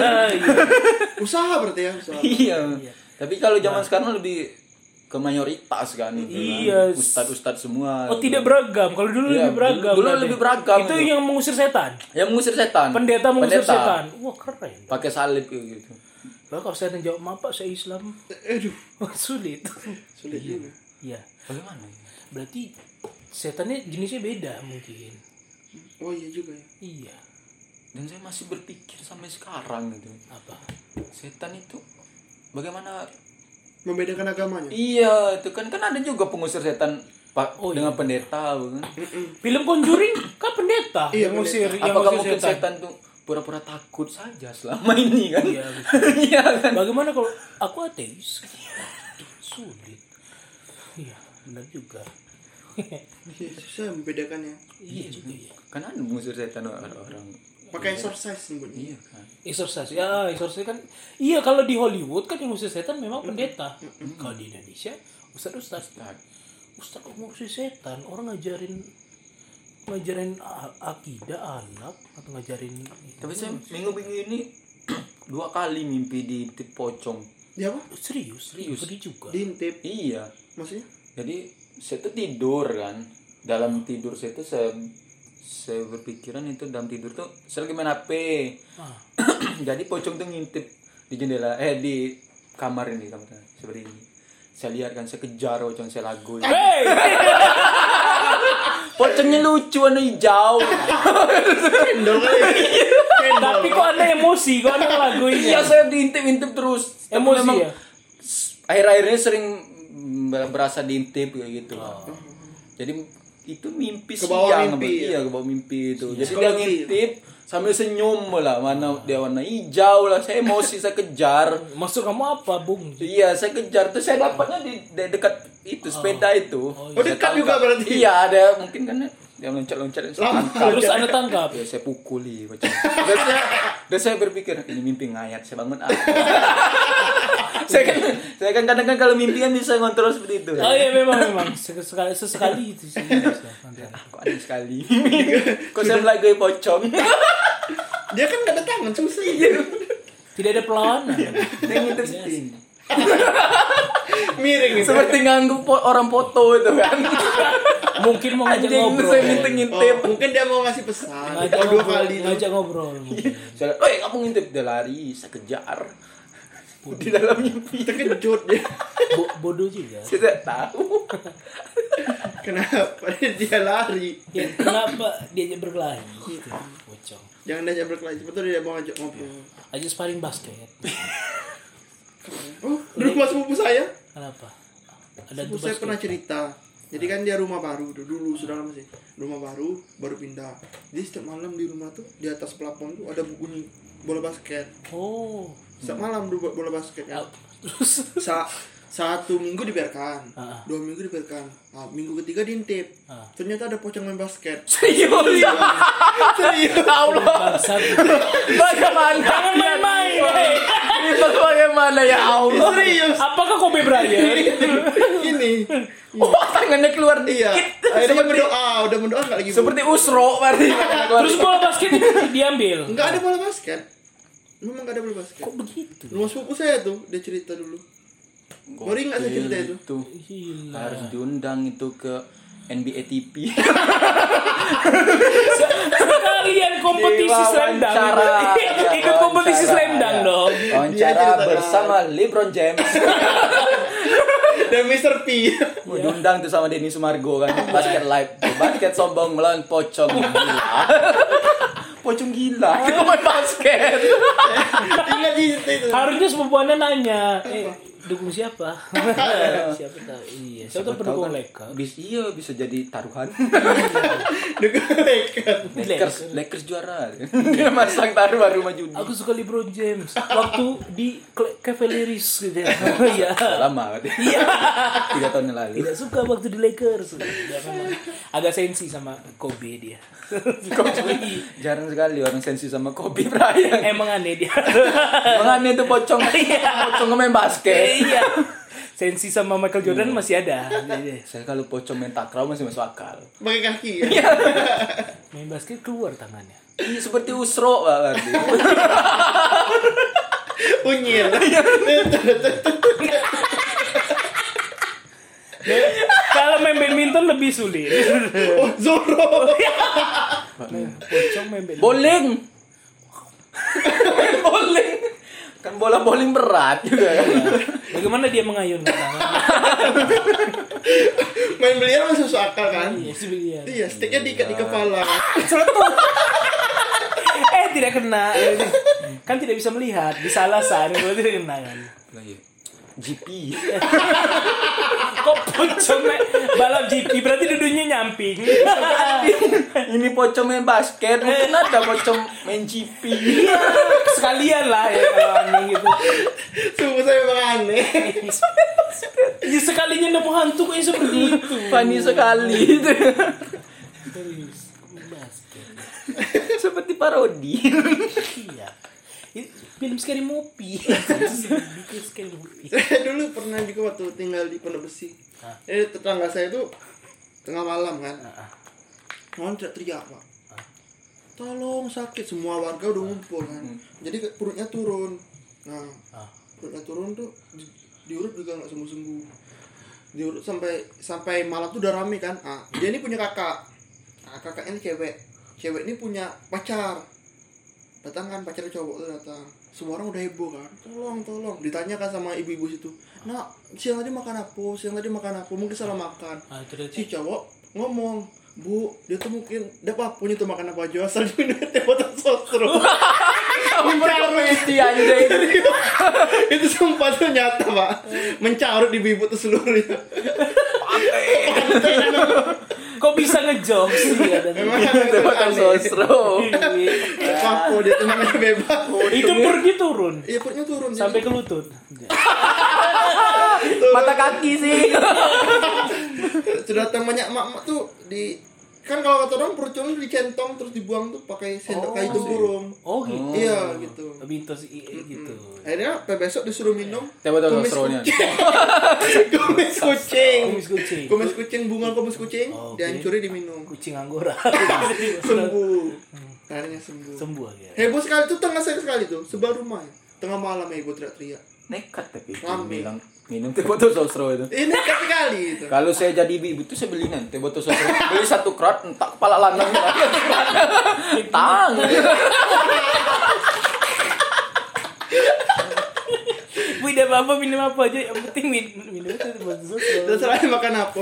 Usaha berarti ya, usaha. Iya. Tapi kalau zaman sekarang lebih ke mayoritas kan itu Iya. kan. Ustad semua. Oh, tidak beragam. Kalau dulu Iya, lebih beragam. dulu berarti. lebih beragam Itu itu. yang mengusir setan. Yang mengusir setan. Pendeta mengusir setan. Wah, keren. Pakai salib kayak gitu. Lah kalau saya jawab apa saya Islam. Aduh, Wah, sulit. sulit juga. Iya. Bagaimana? Berarti setannya jenisnya beda mungkin. Oh iya juga ya. Iya. Dan saya masih berpikir sampai sekarang gitu. Apa? Setan itu bagaimana? Membedakan agamanya. Iya, itu kan ada juga pengusir setan Oh, dengan iya. pendeta kan. Film Conjuring kan pendeta Iya, yang ngusir yang Apakah ngusir mungkin setan tuh pura-pura takut saja selama ini kan? Iya. Iya kan? Bagaimana kalau aku ateis? Aduh, sulit. Iya, benar juga. Iya, susah membedakannya. Iya juga ya. Kan ada mengusir setan orang-orang. Pakai exercise nyebutnya. Iya kan. Exorcist. Ya, exorcist kan. Iya, kalau di Hollywood kan yang ngusir setan memang pendeta. Kalau di Indonesia ustaz ngusir setan. Orang ngajarin akidah anak atau ngajarin. Tapi saya minggu ini 2 kali mimpi diintip pocong. Dia apa? Serius. Beri juga. Diintip. Iya. Maksudnya? Jadi saya tuh tidur kan. Dalam tidur saya tuh saya berpikiran itu dalam tidur tuh saya lagi main HP. Ah. Jadi pocong tuh ngintip di jendela di kamar ini seperti ini. Saya lihat kan, saya kejar pocong, saya lagu. Hey! Pocongnya lucu warna hijau. Cendol kali. Cendol. Tapi kok ada emosi, kok ada lagunya. Iya, saya diintip-intip terus. Tapi Emosi memang ya? akhir-akhirnya sering berasa diintip kayak gitu. Jadi itu mimpi Kebawa siang, mimpi, iya kebawa mimpi itu. Jadi Kalau dia ngintip sambil senyum lah, mana dia warna hijau lah, saya emosi, saya kejar. Maksud kamu apa, Bung? Iya, saya kejar tuh, saya dapatnya di dekat itu sepeda itu. Oh, dekat juga berarti. Iya, ada mungkin kan dia loncat-loncat saya tangkap. Terus Anda tangkap. Ya, saya pukuli kocak. Dan saya berpikir ini mimpi ngayat, saya bangun saya kan kadang-kadang kalau mimpi kan bisa ngontrol seperti itu. Oh iya memang sesekali itu sih. Kok aneh sekali. Kok saya melagai pocong. Dia kan gak ada tangan, susah. Tidak ada perlawanan. Dia ngintip seperti ini. Miring gitu. Seperti nganggup orang foto itu kan. Mungkin mau ngajak Anjing, ngobrol. saya ngintip. Mungkin dia mau ngasih pesan. Ngajak Kalau 2 ngobrol, kali itu. ngajak ngobrol. Saya, kamu ngintip, dia lari, saya kejar. Di dalam mimpi. Terkejut dia. Bodoh juga. Saya tidak tahu. Kenapa dia lari? Ya, kenapa dia berkelahi? Gitu. Pocong. Jangan diajak berkelahi, betul dia mau ngajak ngobrol. Aja sparring basket. Oh, dulu pas sepupu saya. Kenapa? Ada Sepupu tuh saya basket. pernah cerita. Jadi kan dia rumah baru dulu sudah lama sih. Rumah baru pindah. Jadi setiap malam di rumah tuh di atas plafon tuh ada bunyi bola basket. Oh. Setiap malam dulu bola basket ya. Terus 1 minggu dibiarkan, Ah. 2 minggu dibiarkan. Nah, minggu ketiga diintip. Ah. Ternyata ada pocong main basket. Serius. Serius. Allah. bangsat. Bagaimana? Jangan main-main. Ini bagaimana ya Allah? Serius. Apakah Kobe Bryant? Ini. Oh, tangannya keluar Iya. dikit. Akhirnya Seperti udah berdoa enggak lagi. Bu? seperti usro berarti. Terus bola basket diambil. Enggak ada bola basket. Memang enggak ada bola basket. Kok begitu? Rumah sepupu saya tuh, dia cerita dulu. Baru ingat saya cerita itu. Gila. Harus diundang itu ke NBA TV. Kalian kompetisi slam dunk. Wawancara. Ikut kompetisi slam dunk dong. Dia Wawancara cerita bersama LeBron James. Dan Mr. P. Mau diundang tuh sama Denny Sumargo kan. Basket live. Basket sombong melawan pocong gila. Pocong gila. Kita main basket. Ingat cerita itu. Harusnya sepupuannya nanya, dukung siapa? Siapa tahu? Iya, siapa tahu pendukung Lakers. Bisa jadi taruhan. Lakers juara. Dia masang taruhan rumah judi. Aku suka LeBron James. Waktu di Cavaliers gitu. Iya. Lama kan? Iya. 3 tahun yang lalu. Tidak suka waktu di Lakers. Agak sensi sama Kobe dia. Jarang sekali orang sensi sama Kobe Bryant. Emang aneh dia. Menganeh tuh pocong. Pocong main basket. Iya. Sensi sama Michael Jordan masih ada. Saya kalau pocong main takraw masih masuk akal. Pakai kaki ya. Main basket keluar tangannya. Ini seperti usro berarti. Unyil. Kalau main badminton lebih sulit. Oh, Zoro. Pocong main badminton. Bowling. Main bowling. Kan bola bowling berat juga kan. Bagaimana dia mengayunkan tangan? Main biliar masih masuk akal kan? Iya, si biliar. Iya, sticknya diikat di kepala. Tidak kena. Kan tidak bisa melihat di alasan kalau tidak kena kan. GP. Kok pocong balap GP berarti duduknya nyamping. Ini pocong main basket, mungkin ada pocong main GP. Iya, sekalian lah ya kalau aneh gitu. Sumpah saya memang aneh. Ya sekalinya nemu hantu kayak seperti itu. Funny sekali. Serius, basket. Seperti parodi. Iya. Film Scary Movie. Bikin Scary Movie. Saya dulu pernah juga waktu tinggal di Pondok Besi. Jadi tetangga saya tuh tengah malam kan. Mohon teriak Pak. Tolong sakit, semua warga udah ngumpul kan. Jadi perutnya turun. Nah, perutnya turun tuh diurut juga nggak sembuh-sembuh. Diurut sampai malam tuh udah rame kan. Dia ini punya kakak. Kakaknya ini cewek. Cewek ini punya pacar. Datang kan pacar cowok tuh datang. Semua orang udah heboh kan. Tolong. Ditanyakan sama ibu-ibu situ. Nah, siang tadi makan apa? Mungkin salah makan. Si cowok ngomong, "Bu, dia tuh mungkin dia punya tuh makan apa aja asal minum teh botol sosro." Komedi anjing. Itu sumpah tuh nyata pak, mencarut di bibut tuh seluruhnya. Kok bisa ngejokes sih ada. Memang Tebatan sosro. Papo dia tuh namanya bebas. Itu perutnya turun Iya perutnya turun sampai ke lutut. Mata kaki sih. Sudah banyak emak-emak tuh di kan kalau kata orang perut turun dicentong terus dibuang tuh pakai sendok kayu burung. Oh gitu. Iya gitu. Mitos gitu. Akhirnya besok disuruh minum Tebatan kumis sosronya. kumis kucing. Kumis kucing. Kumis kucing, bunga kumis kucing Oh, oke. dihancurin diminum. Kucing anggora. Sembuh. Akhirnya sembuh. Sembuh akhirnya. Heboh sekali tuh tengah sekali tuh, sebar rumah ya. Tengah malam heboh teriak-teriak. Nekat tapi itu Rame. bilang minum teh botol sosro itu. Ini nekat sekali itu. Kalau saya jadi ibu itu saya beli nanti botol sosro. Beli 1 krat entak kepala lanang. Tang. Wih, udah apa minum apa aja, yang penting minum itu buat susu. Terserah makan apa.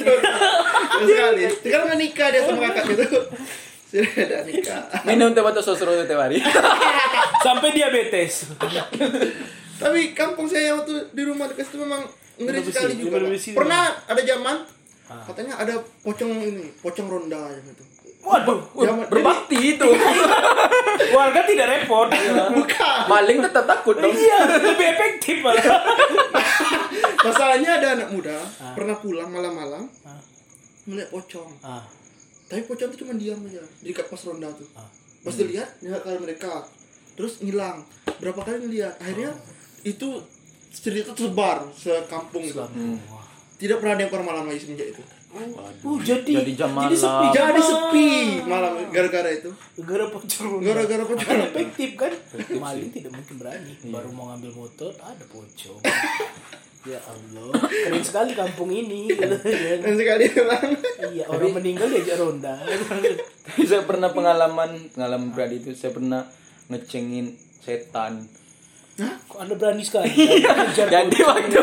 Terus sekali. Sekarang menikah dia sama kakak gitu. Sudah ada nikah. Minum teh botol sosro itu tiap hari. Sampai diabetes. Tapi kampung saya waktu di rumah dekat itu memang ngeri Berbesi, sekali juga. berbesi. Pernah ada zaman katanya ada pocong ini, pocong ronda gitu. Waduh, Berbakti itu. warga tidak repot. Bukan. Maling tetap takut dong. Iya, lebih efektif malah. Masalahnya ada anak muda pernah pulang malam-malam ngeliat pocong. Tapi pocong itu cuma diam aja di pos ronda tuh. Pas dilihat nggak kalau mereka terus ngilang. Berapa kali ngeliat. Akhirnya itu cerita tersebar sekampung itu. Tidak pernah ada yang keluar malam lagi semenjak itu. Jadi jam malam. Jadi sepi malam gara-gara itu. Gara-gara pocong. Gara-gara pocong. Efektif kan? Maling tidak mungkin berani. Baru mau ngambil motor ada pocong. Ya Allah, keren sekali kampung ini. Dan sekali bilang. Iya, orang meninggal diajak ronda. Saya pernah pengalaman pribadi itu saya pernah ngecengin setan. Kok Anda berani sekali? Jadi waktu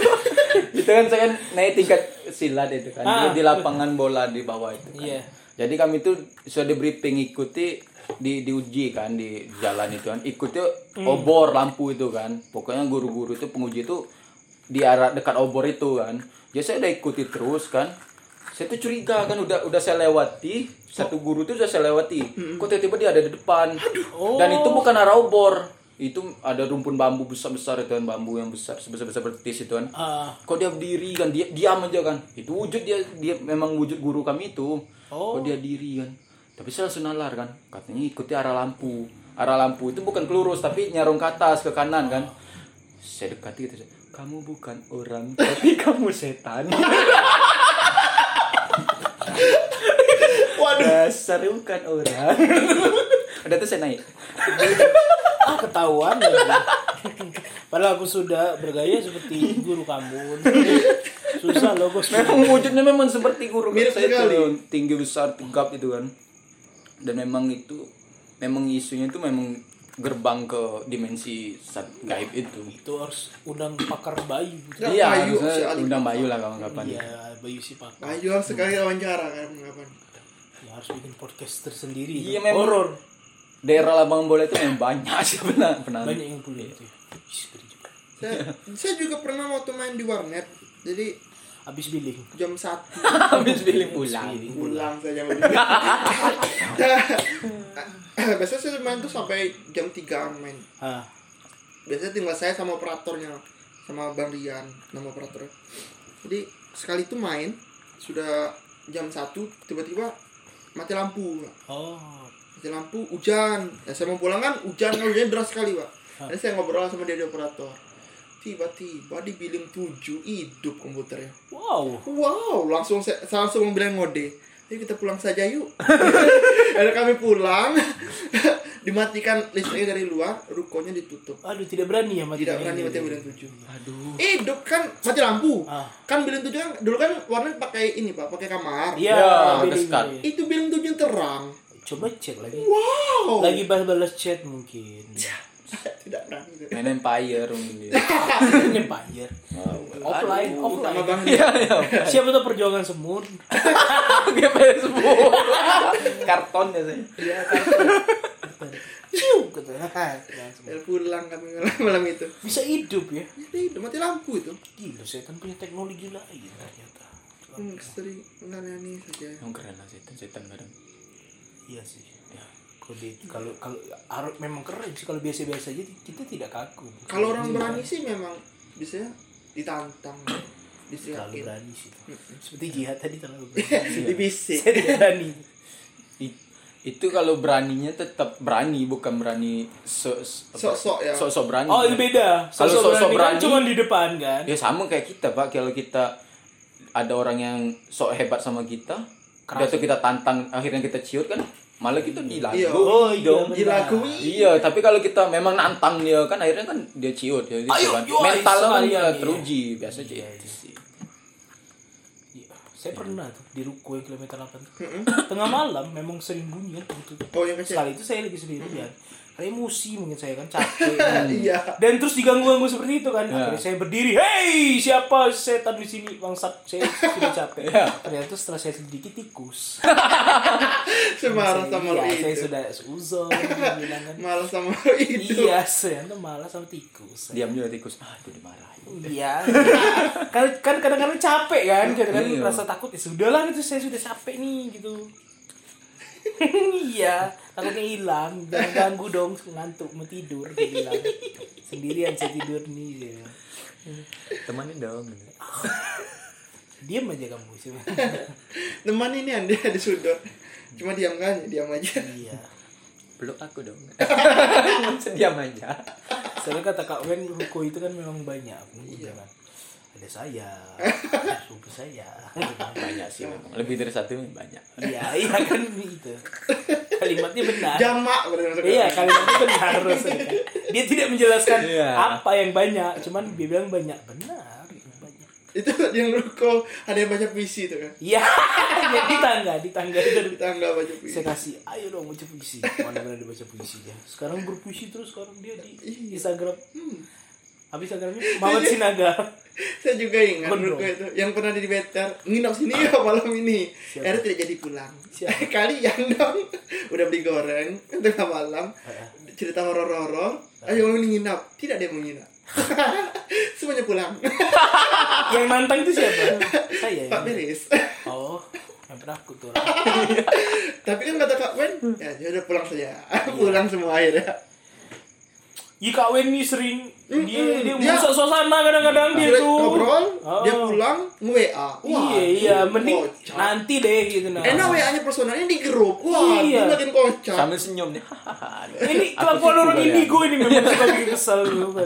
itu kan saya kan naik tingkat silat itu kan di lapangan bola di bawah itu kan. Iya. Jadi kami itu sudah di briefing ikuti diuji kan di jalan itu kan ikuti obor lampu itu kan. Pokoknya guru-guru itu penguji itu di arah dekat obor itu kan. Jadi saya udah ikuti terus kan. Saya tuh curiga kan udah saya lewati satu guru tuh udah saya lewati. Kok tiba-tiba dia ada di depan. Dan itu bukan arah obor. Itu ada rumpun bambu besar-besar itu kan, bambu yang besar sebesar-besar betis itu kan. Kok dia berdiri kan, dia diam aja kan. Itu wujud dia memang wujud guru kami itu. Kok dia diri kan. Tapi saya langsung nalar kan. Katanya ikuti arah lampu. Arah lampu itu bukan ke lurus tapi nyarung ke atas ke kanan kan. Saya dekati gitu. Kamu bukan orang, tapi kamu setan. Waduh, dasar bukan orang. Udah tuh saya naik. Ketahuan lagi. Padahal aku sudah bergaya seperti guru kamu. Susah loh bos. Memang wujudnya memang seperti guru mirip saya sekali. itu, tinggi besar tegap itu kan. Dan memang itu memang isunya itu memang gerbang ke dimensi gaib itu. Itu harus undang pakar Bayu. Ya, Iya, Bayu, si harusnya Ali. undang Bayu lah kawan-kawan. Iya, Bayu si pakar. Ayo sekali wawancara kan kapan. Ya, harus bikin podcast tersendiri. Iya, memang. Horor. Daerah Lapangan Bola itu memang banyak sih pernah. Banyak yang punya itu. Saya juga pernah waktu main di warnet. Jadi Habis billing. jam 1 Habis pilih pulang. pulang saja. Biasanya saya main tuh sampai jam 3 main. Biasanya tinggal saya sama operatornya, sama Bang Rian, nama operatornya. Jadi sekali itu main sudah jam 1 tiba-tiba mati lampu. Mati lampu, hujan. Ya, saya mau pulang kan hujan deras sekali, Pak. Jadi saya ngobrol sama dia di operator. Tiba-tiba di billing 7 hidup komputernya. Wow, langsung saya langsung bilang ngode. Ayo kita pulang saja yuk. Lalu kami pulang, dimatikan listriknya dari luar, rukonya ditutup. Aduh, tidak berani ya mati. Tidak berani mati billing 7. Aduh. Hidup kan mati lampu. Kan billing 7 kan dulu kan warnet pakai ini, Pak, pakai kamar. Iya, kesekat. Itu billing 7 terang. Coba cek lagi. Wow. Lagi balas chat mungkin. Tidak berani. Main Empire mungkin. Ini Empire. Offline. Sama Bang Iya, iya. Siapa tuh perjuangan semut? Pakai Facebook. Karton ya saya. Iya, karton. cium gitu. Pulang kami malam itu. Bisa hidup ya. Itu mati lampu itu. Gila, setan punya teknologi lain ternyata. Sering aneh saja. Yang keren lah setan kadang. Iya sih. Ya. Kalau memang keren sih, kalau biasa-biasa aja kita tidak kagum. Kalau orang berani sih memang bisa ditantang. Terlalu berani sih. Seperti jihad tadi terlalu berani. Dibisik. Saya tidak berani. Itu kalau beraninya tetap berani, bukan berani sok-sok ya. Sok-sok berani. Oh, itu beda. Kalau sok-sok berani kan cuma di depan kan. Ya sama kayak kita, Pak. Kalau kita ada orang yang sok hebat sama kita, udah tuh kita tantang, akhirnya kita ciut kan, malah kita dilagu. Iya. Oh, dong. Dilagui. Iya, tapi kalau kita memang nantang dia kan, akhirnya kan dia ciut ya. Ayo, Kan. yo, Mental kan iya. teruji biasa gitu sih. Iya. Saya pernah tuh di ruko yang kilometer 8 tuh. Tengah malam memang sering bunyi kan gitu. Oh, yang kecil. Sekali itu saya lagi sendirian. Kayak emosi mungkin saya kan capek. Iya. Dan terus diganggu-ganggu seperti itu kan. Akhirnya saya berdiri, "Hei, siapa setan di sini? Bangsat, saya sudah capek." Ternyata setelah saya sedikit tikus. Semarah sama lo Saya itu. sudah suzon bilang kan. Malah sama lo itu. Iya, saya tuh malah sama tikus. Diam juga tikus. Aduh dimarahin. Iya. Kan kadang-kadang capek kan, kadang-kadang Iya. rasa takut ya sudahlah gitu, saya sudah capek nih gitu. Iya, takutnya hilang, jangan ganggu dong, ngantuk mau tidur dia bilang. Sendirian saya tidur nih ya. Temanin dong. Diam aja kamu sih. Teman ini Anda di sudut. Cuma diam kan, diam aja. Iya. Peluk aku dong. Diam aja. Soalnya kata Kak Wen, ruko itu kan memang banyak. Iya kan. Ada saya, sepupu saya. Banyak sih memang. Lebih dari satu banyak. Iya kan itu. Kalimatnya benar. Jamak benar. Iya, kalimatnya benar rasanya. Dia tidak menjelaskan Iya. apa yang banyak, cuman dia bilang banyak. Benar, banyak. Itu yang ruko ada yang baca puisi itu kan. Iya, di tangga itu. Tangga baca puisi. Saya kasih, ayo dong baca puisi. Mana dia baca puisinya. Sekarang berpuisi terus, sekarang dia di Instagram. Habis Instagramnya Muhammad Sinaga. Saya juga ingat Bener. ruko itu yang pernah di Better nginap sini ya malam ini. Siapa? Akhirnya tidak jadi pulang. Siapa? Kalian dong udah beli goreng tengah malam cerita horor-horor. Ayo mau nginap. Tidak ada yang mau nginap. Semuanya pulang. Yang nantang itu siapa? Saya. Pak Beris. Oh, yang penakut tuh. Tapi kan kata Kak Wen, ya udah pulang saja. Pulang semua akhirnya. Iya, Kak Wen nih sering dia merusak suasana kadang-kadang dia Sudah tuh. ngobrol, Oh. dia pulang nge-WA. Iya, mending kocak. nanti deh gitu nah. Enak WA-nya personalnya di grup. Wah, Iya. dia makin kocak. Sambil senyum nih. Ini kelakuan orang indigo ini memang suka bikin kesel gitu kan.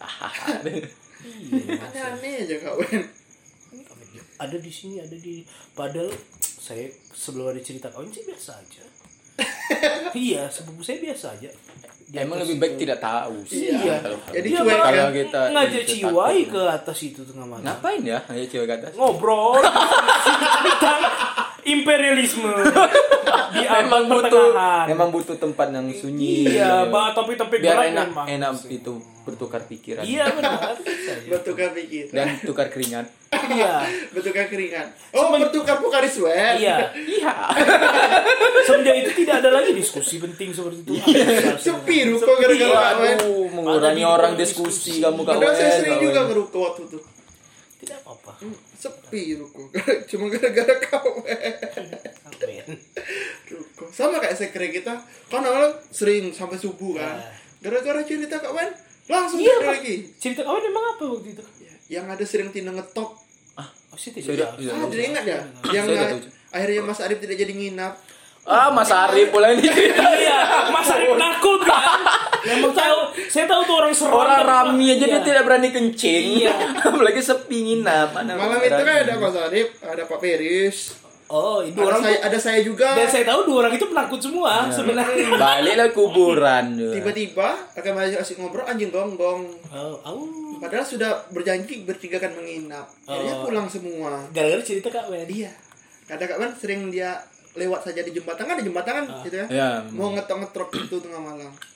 Aneh-aneh aja Kak Wen. Ada di sini, ada di padahal saya sebelum ada cerita kawan sih biasa aja. Iya, sepupu saya biasa aja. Emang lebih baik tidak tahu sih. Iya. Kalau- Jadi Dia cuek malah kalau kan. kita ngajak kita Ciwai takut. ke atas itu tengah malam. Ngapain ya? Ayo cewek ke atas. Ngobrol tentang imperialisme di abad Memang pertengahan. butuh tempat yang sunyi. Iya, topik-topik biar berat enak memang. itu bertukar pikiran. Iya benar. Bisa aja. Bertukar pikiran. Dan tukar keringat. Iya. Bertukar keringat. Oh, bertukar Pocari Sweat. Iya. Iya. Semenjak itu tidak ada lagi diskusi penting seperti itu. Sepi ruko gara-gara Kak Wen. Aduh, mengurangi Ada orang diskusi. diskusi kamu kawan. Padahal saya sering juga ngeruko waktu itu. Tidak apa-apa. Sepi ruko. Cuma gara-gara Kak Wen. Amin. Ruko. Sama kayak sekre kita. Kan awalnya sering sampai subuh kan. Nah. Gara-gara cerita Kak Wen, langsung Iya, tidur Pak. lagi. Cerita kawan emang apa waktu itu? Yang ada sering Tina ngetok. Oh, sih Sudah, tidak. sudah. Ah, jadi ingat ya? Saya Yang udah tahu. akhirnya Mas Arif tidak jadi nginap. Ah, Mas Arif pula ini. Iya, Mas Arif takut kan? Memang tahu, saya tahu tuh orang seram. Orang rame aja dia Iya. tidak berani kencing. Iya. Apalagi sepi nginap. Mana Malam itu kan ada Mas Arif, ada Pak Peris, Oh, itu ada orang saya, ada saya juga. dan saya tahu dua orang itu penakut semua sebenarnya. Baliklah kuburan. Tiba-tiba akan asik ngobrol anjing gonggong. Oh, Padahal sudah berjanji bertiga kan menginap. Akhirnya Oh. pulang semua. gara-gara cerita Kak Wen. Iya. Kata Kak Wen sering dia lewat saja di jembatan kan ada jembatan kan gitu ya. Ya. Mau ngetok-ngetrok itu tengah malam.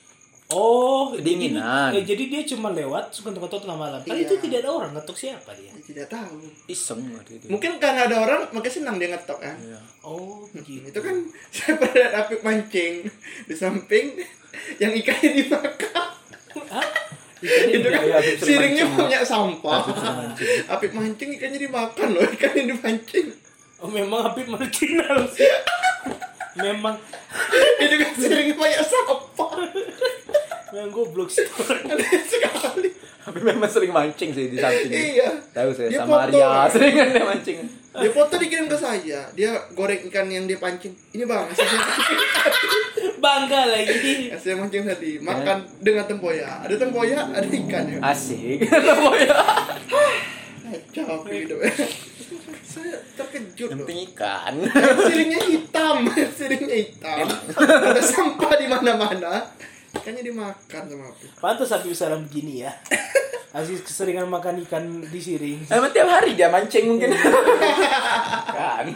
Oh, Kedinginan. Jadi dia cuma lewat ngetok-ngetok tengah malam. Kan Iya. itu tidak ada orang, ngetok siapa dia? Tidak tahu. Iseng gitu. Mungkin karena ada orang makanya senang dia ngetok kan. Iya. Oh, begitu. Itu kan saya pernah apik mancing di samping yang ikannya dimakan. Hah? Itu kan Iya, Apik sering siringnya mancing. banyak sampah. Apik mancing ikannya dimakan loh, ikannya dipancing. Oh, memang Habib marginal. Memang Itu kan siringnya banyak sampah. memang goblok sih. Aneh sekali. Tapi memang sering mancing sih di samping. Iya. Tahu saya Dia sama foto. Arya seringan dia mancing. Dia foto dikirim ke saya. Dia goreng ikan yang dia pancing. Ini bang, hasil saya mancing. Bangga lagi. Hasil saya mancing tadi. Makan dengan tempoyak. Ada tempoyak, ada ikan ya. Asik. Ya. Kacau gitu. Saya terkejut Yang loh. penting ikan. Siringnya hitam. Siringnya hitam. Ada sampah di mana-mana. Ikannya dimakan sama api. Pantas Habib salam begini ya. Aziz keseringan makan ikan di siring. Emang tiap hari dia mancing mungkin. Kan.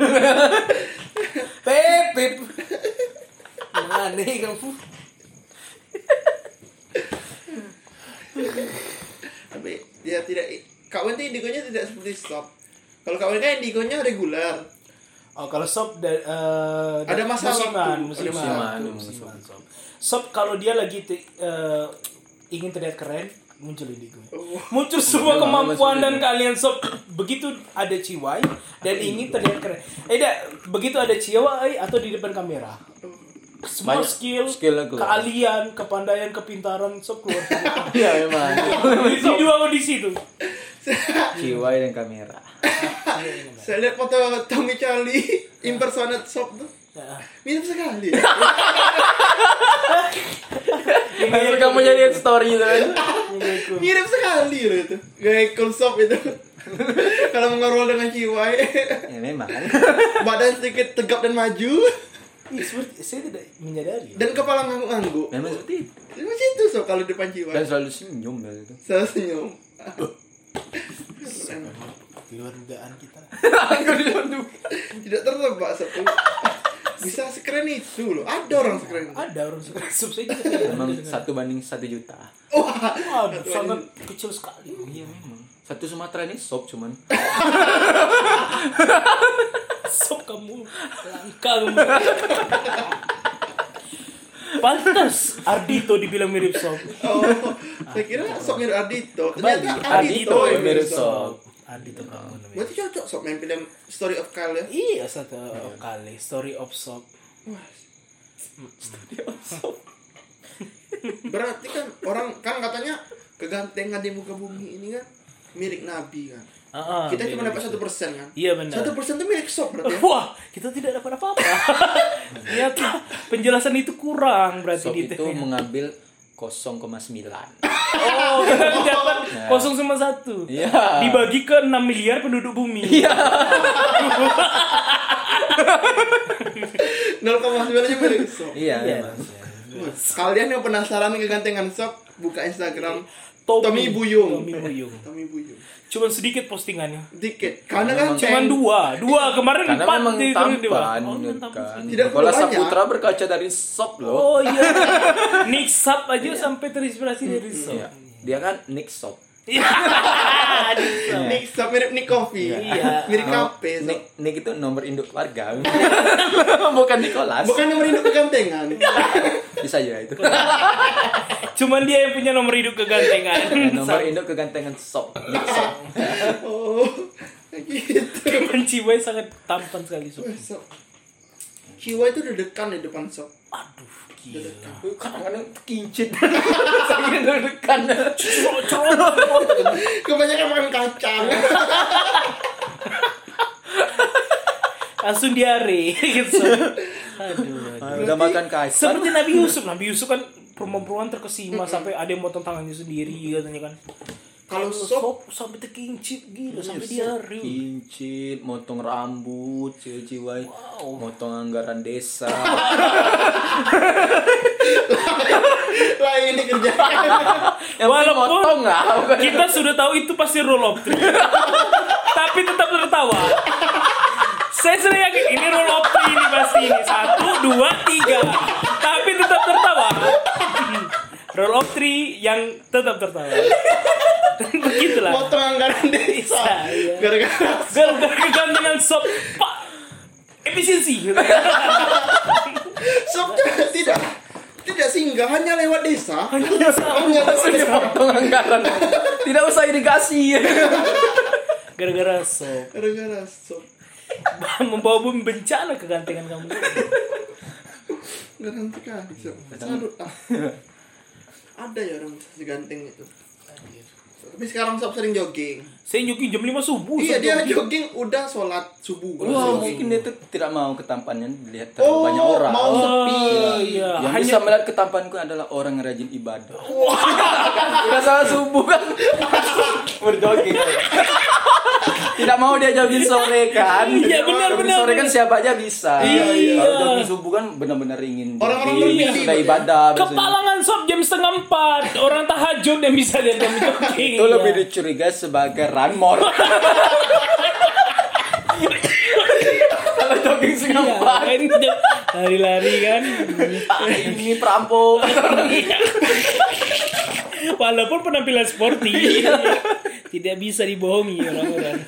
Pep. Aneh kamu. Tapi dia tidak. Kawan itu indigonya tidak seperti stop. Kalau kawan kan indigonya reguler. Oh, kalau sop Ada masa waktu. musiman. Sop. Sop kalau dia lagi ingin terlihat keren, muncul indigo. Muncul semua kemampuan dan keahlian sop. Begitu ada ciwai dan ingin terlihat keren. Begitu ada ciwai atau di depan kamera. Semua Banyak skill keluar. keahlian, kepandaian, kepintaran sop keluar. Iya memang. Di dua kondisi itu. Ciwai dan kamera. Saya lihat foto Tommy Charlie impersonate sop tuh. Mirip sekali. Lalu kamu jadi story itu kan. Mirip sekali loh itu. Gaya cool sop itu. Kalau mengobrol dengan ciwai, Ya memang. badan sedikit tegap dan maju Saya tidak menyadari. dan kepala ngangguk-ngangguk. Memang seperti itu. Macam itu so kalau depan ciwai. Dan selalu senyum ya itu. Saya senyum. Di luar dugaan kita. Tidak tertebak sop. Bisa sekeren itu loh. Ada orang sekeren itu. Ada orang suka sub saya juga tidak. Memang 1:1 juta. Wah, Waduh, sangat kecil sekali. Iya memang. Satu Sumatera ini sop cuman. Sop kamu langka kamu. Pantas Ardito dibilang mirip sop. oh, saya kira sop mirip Ardito. Kembali, Ternyata Ardito yang mirip mirip sop. Ardito kamu namanya. Berarti cocok sop main film Story of Kyle ya. Iya, satu kali Story of Sop. Wah. Berarti kan orang kan katanya kegantengan di muka bumi ini kan milik Nabi kan. Kita cuma dapat 1% kan. Iya benar. 1% itu milik sop berarti ya. Wah, kita tidak dapat apa-apa. Ternyata penjelasan itu kurang berarti Sop itu detailnya. mengambil 0,9. Oh, kita dapat 0,1. Iya. Dibagi ke 6 miliar penduduk bumi. Iya. 0,9 aja milik sop. Iya. Iya. memang. Wah, kalian yang penasaran kegantengan sop, buka Instagram Tommy Buyung. Tommy Buyung. Tommy Buyung. Cuman sedikit postingannya. Dikit. Karena kan Cuman dua kemarin Karena 4 memang di turun di bawah. tampan Oh, ya tampan. kan. Tidak perlu Kalau banyak. Saputra berkaca dari sop loh. Oh iya. Nick Sap aja sampai terinspirasi dari sop. Iya. Dia kan Nick Sop. Iya. Nick sop mirip Nick Coffee. Iya. Mirip No, kafe. Sop. Nick itu nomor induk keluarga. Bukan Nicholas. Bukan nomor induk kegantengan. Bisa aja itu. Cuman dia yang punya nomor hidup kegantengan. Nomor induk kegantengan Sop. Nick Sop. Oh, gitu. Cuman Ciwai sangat tampan sekali sop. Wah, sop. Ciwa itu dedekan di depan sop. Aduh, gila. Dedekan. Kadang-kadang kincit. Saking dedekan. Kebanyakan makan kacang. Langsung diare gitu. Aduh. Udah makan kacang. Seperti Nabi Yusuf kan perempuan terkesima sampai ada yang motong tangannya sendiri katanya kan. Kalau sop sampai terkincit gila sampai diare. Kincit, motong rambut, ciwai, motong anggaran desa. lah ini kerjaan. Walaupun motong nggak? kita sudah tahu itu pasti roll of three. Tapi tetap tertawa. Saya sudah yakin ini roll of three ini pasti ini 1, 2, 3. Tapi tetap tertawa. Roll of 3 yang tetap tertawa. Begitulah. Potong anggaran desa. Iya. Gara-gara Kegantengan sop. Pak. Efisiensi. sopnya tidak singgah, hanya lewat desa. Langsung dipotong anggaran. Tidak usah irigasi. Gara-gara sop. Gara-gara sop. Membawa bencana kegantengan kamu. Garanti kan. Salut ah. Ada ya orang diganteng itu. Tapi sekarang sob sering jogging. Saya jogging jam 5 subuh. Iya, Sob, dia jogging udah sholat subuh. Wah, mungkin dia tuh tidak mau ketampannya dilihat terlalu banyak orang. Mau sepi. Iya. Yang bisa melihat ketampanku adalah orang yang rajin ibadah. Udah salah subuh kan. Berjogging. Tidak mau dia jogging sore kan. Iya, benar. Jogging sore kan siapa aja bisa. Iya. Kalau jogging subuh kan benar-benar ingin Orang-orang jogging, bermimpi, sudah betul. ibadah biasanya. Kepalangan sob jam 3:30. Orang tahajud yang bisa lihat kami jogging. Itu lebih dicurigai sebagai runmore. Kalau jogging setengah Iya, empat. kan lari-lari kan. Ini perampok. Walaupun penampilan sporty, tidak bisa dibohongi orang-orang.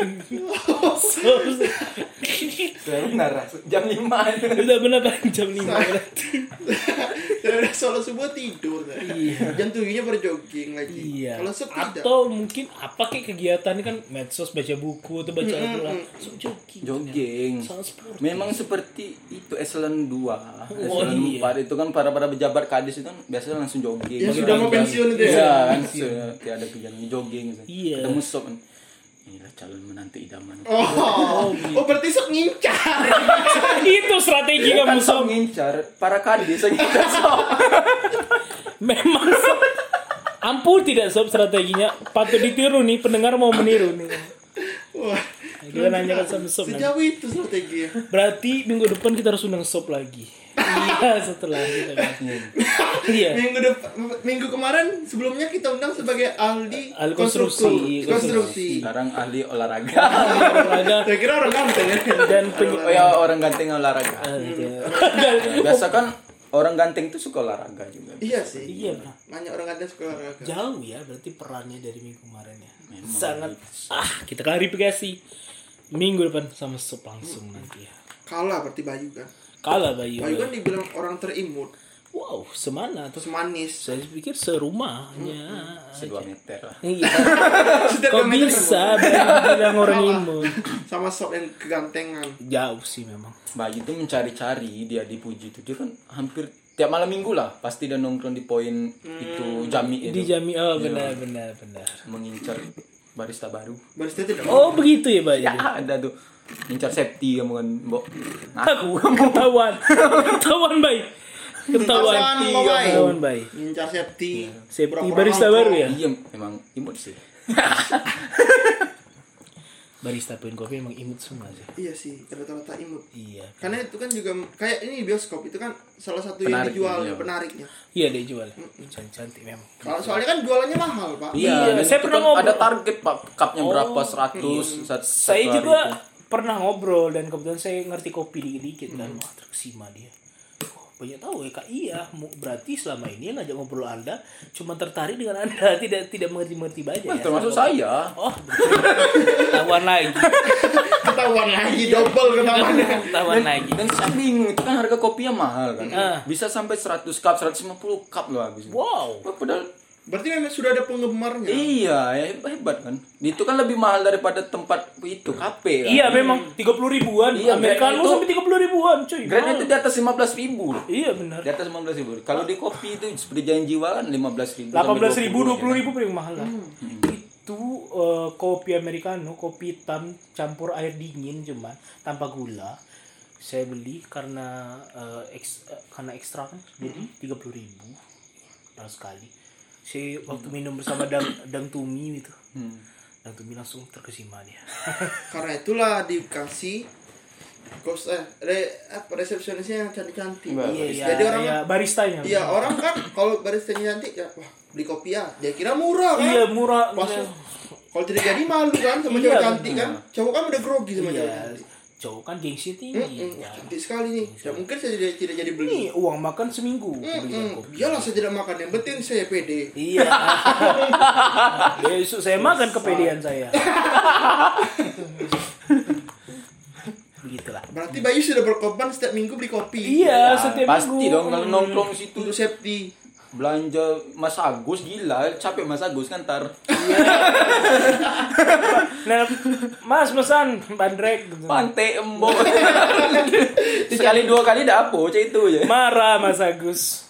Benar, jam 5. Udah benar Bang, jam 5 berarti. Udah sholat subuh tidur. Jam 7-nya berjogging lagi. Iya. Kalau sob tidak. Atau mungkin apa kayak kegiatan kan medsos, baca buku atau baca Al-Quran. So, jogging. Jogging. Sangat sport. Memang seperti itu eselon 2, Oh, eselon iya. 4 itu kan para pejabat kadis itu kan biasanya langsung jogging. Yang sudah mau pensiun itu ya? Iya, kan kayak ada pinjam jogging gitu. Iya. Ketemu sob kan. Inilah calon menantu idaman. Oh, berarti sob ngincar. Itu strategi Kan kamu sob sob. ngincar para kadis yang ngincar sob. Memang sob. Ampun tidak sob strateginya. Patut ditiru nih, pendengar mau meniru nih. Wah, Kita nanyakan sama sob nanti. sejauh itu strateginya. Berarti minggu depan kita harus undang sob lagi. Iya, setelah kita bahas. Iya. Minggu kemarin sebelumnya kita undang sebagai ahli Ahli konstruksi. Sekarang ahli olahraga. Olahraga Saya kira orang ganteng ya. dan Oh ya, orang ganteng olahraga. iya. Biasa kan orang ganteng itu suka olahraga juga. Iya sih. Iya, Banyak orang ganteng suka olahraga. jauh ya berarti perannya dari minggu kemarin ya. Sangat kita klarifikasi minggu depan sama sob langsung nanti ya. Kalah berarti Bayu kan. Kalah Bayu. Bayu kan dibilang orang terimut, Wow, semana terus semanis. saya pikir serumahnya. 2 meter lah. Iya. Setiap Kok kilometer bisa bilang orang imun? sama sob yang kegantengan. Jauh sih memang. Bayu itu mencari-cari dia dipuji itu dia kan hampir tiap malam minggu lah pasti dia nongkrong di poin itu Jami itu Di Jami, oh benar. mengincar barista baru. Barista tidak. Oh begitu ya Bayu. Ya ada tuh incar safety kamu kan mbok. Ketahuan Bay. Ketahuan Bay. Ngincar safety. Safety Pura-pura barista nongkrong. baru ya. Iya memang imut sih. Barista poin kopi emang imut semua sih. Iya sih, rata-rata imut. Iya. Karena itu kan juga kayak ini bioskop itu kan salah satu yang Penarik, dijual iya. penariknya. Iya dia jual. Cantik memang. Kalau soalnya kan jualannya mahal, Pak. Iya, dan saya itu pernah kan ngobrol. ada target Pak, cupnya berapa? Oh, 100 satu Saya hari juga itu. pernah ngobrol dan kebetulan saya ngerti kopi dikit-dikit kan. Wah terkesima dia. Oh, banyak tahu ya Kak. Iya, berarti selama ini yang ngajak ngobrol Anda cuma tertarik dengan Anda, tidak mengerti banyak Wah, ya. termasuk saya. Oh, ketahuan lagi. Ketahuan lagi double ketahuannya. Ketahuan lagi. Dan saya bingung itu kan harga kopinya mahal kan. Ah. Bisa sampai 100 cup, 150 cup loh habis. Wow. Wah, padahal Berarti memang sudah ada penggemarnya. iya, ya, hebat kan. Itu kan lebih mahal daripada tempat itu kafe kan. Iya memang 30 ribuan. Iya, Americano itu- sampai 30 ribuan cuy. Grade Mahal. itu di atas 15.000 loh. Iya benar. Di atas 15.000. Kalau di kopi itu seperti Jalan Jiwa kan 15.000. 18.000, 20.000 paling mahal lah. Itu kopi Americano, kopi hitam campur air dingin cuman tanpa gula. Saya beli karena karena ekstra kan, jadi 30.000 sekali. Saya waktu minum bersama Dang Tumi itu, Dang Tumi langsung terkesima dia. Karena itulah dikasih resepsionisnya yang cantik-cantik. Iya, Jadi orang iya, baristanya. iya orang kan kalau baristanya cantik ya wah beli kopi ya dia kira murah kan. Iya murah. Pas Iya. kalau tidak jadi malu kan sama Iya, cewek cantik kan. Cowok kan udah grogi sama cewek Iya. cantik. cowok kan gengsi tinggi. Ya. Cantik sekali nih. Ya mungkin saya tidak jadi beli. Ini uang makan seminggu. Iyalah saya tidak makan, yang penting saya pede. Iya. Besok saya makan kepedean saya. Begitulah. Berarti Bayu sudah berkorban setiap minggu beli kopi. Iya, setiap pasti minggu. dong kalau nongkrong situ Untuk safety. belanja Mas Agus gila, capek Mas Agus kan ntar. Nah, Mas pesan bandrek. Pantai embok. Sekali 2 kali dapur cek itu ya. Marah Mas Agus.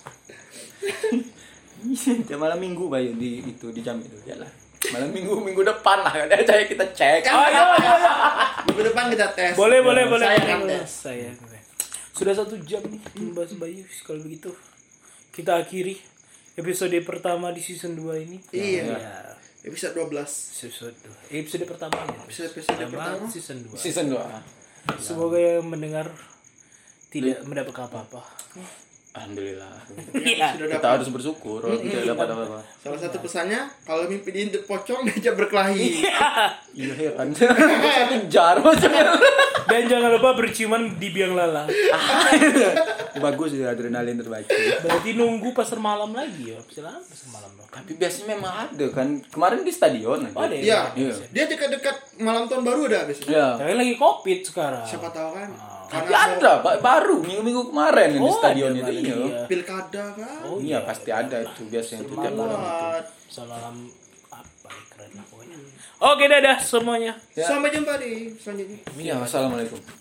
Tiap malam minggu Bayu di itu di jam itu ya lah. Malam minggu depan lah saya kita cek. Ayo. Minggu depan kita tes. Boleh. Saya akan tes. Saya. Sudah 1 jam nih membahas Bayu. Kalau begitu kita akhiri episode pertama di season 2 ini. Iya. Ya. Episode 12. Episode pertama ya. Episode pertama. Season 2. Season 2. Semoga yang mendengar tidak mendapat apa-apa. Alhamdulillah. Iya. Sudah Kita dapat. harus bersyukur kalau tidak dapat apa-apa. Salah satu pesannya, kalau mimpi diintip pocong diajak berkelahi. Iya ya kan. 1 jar macamnya. Dan jangan lupa berciuman di biang lala. Bagus ya, adrenalin terbaik. Berarti nunggu pasar malam lagi ya. Silakan pasar malam dong. Tapi biasanya memang ada kan. Kemarin di stadion aja. Oh, ada ya? Iya. Iya. Dia dekat-dekat malam tahun baru ada biasanya. Iya. Tapi lagi Covid sekarang. Siapa tahu kan? Tapi Karena ada Pak, baru minggu kemarin kan di stadion ada, itu. iya. pilkada kan. Iya pasti ada itu biasanya itu tiap malam. Buat. Semalam apa ya, keren lah pokoknya. Oke dadah semuanya. Ya. Sampai jumpa di selanjutnya. Iya, wassalamualaikum.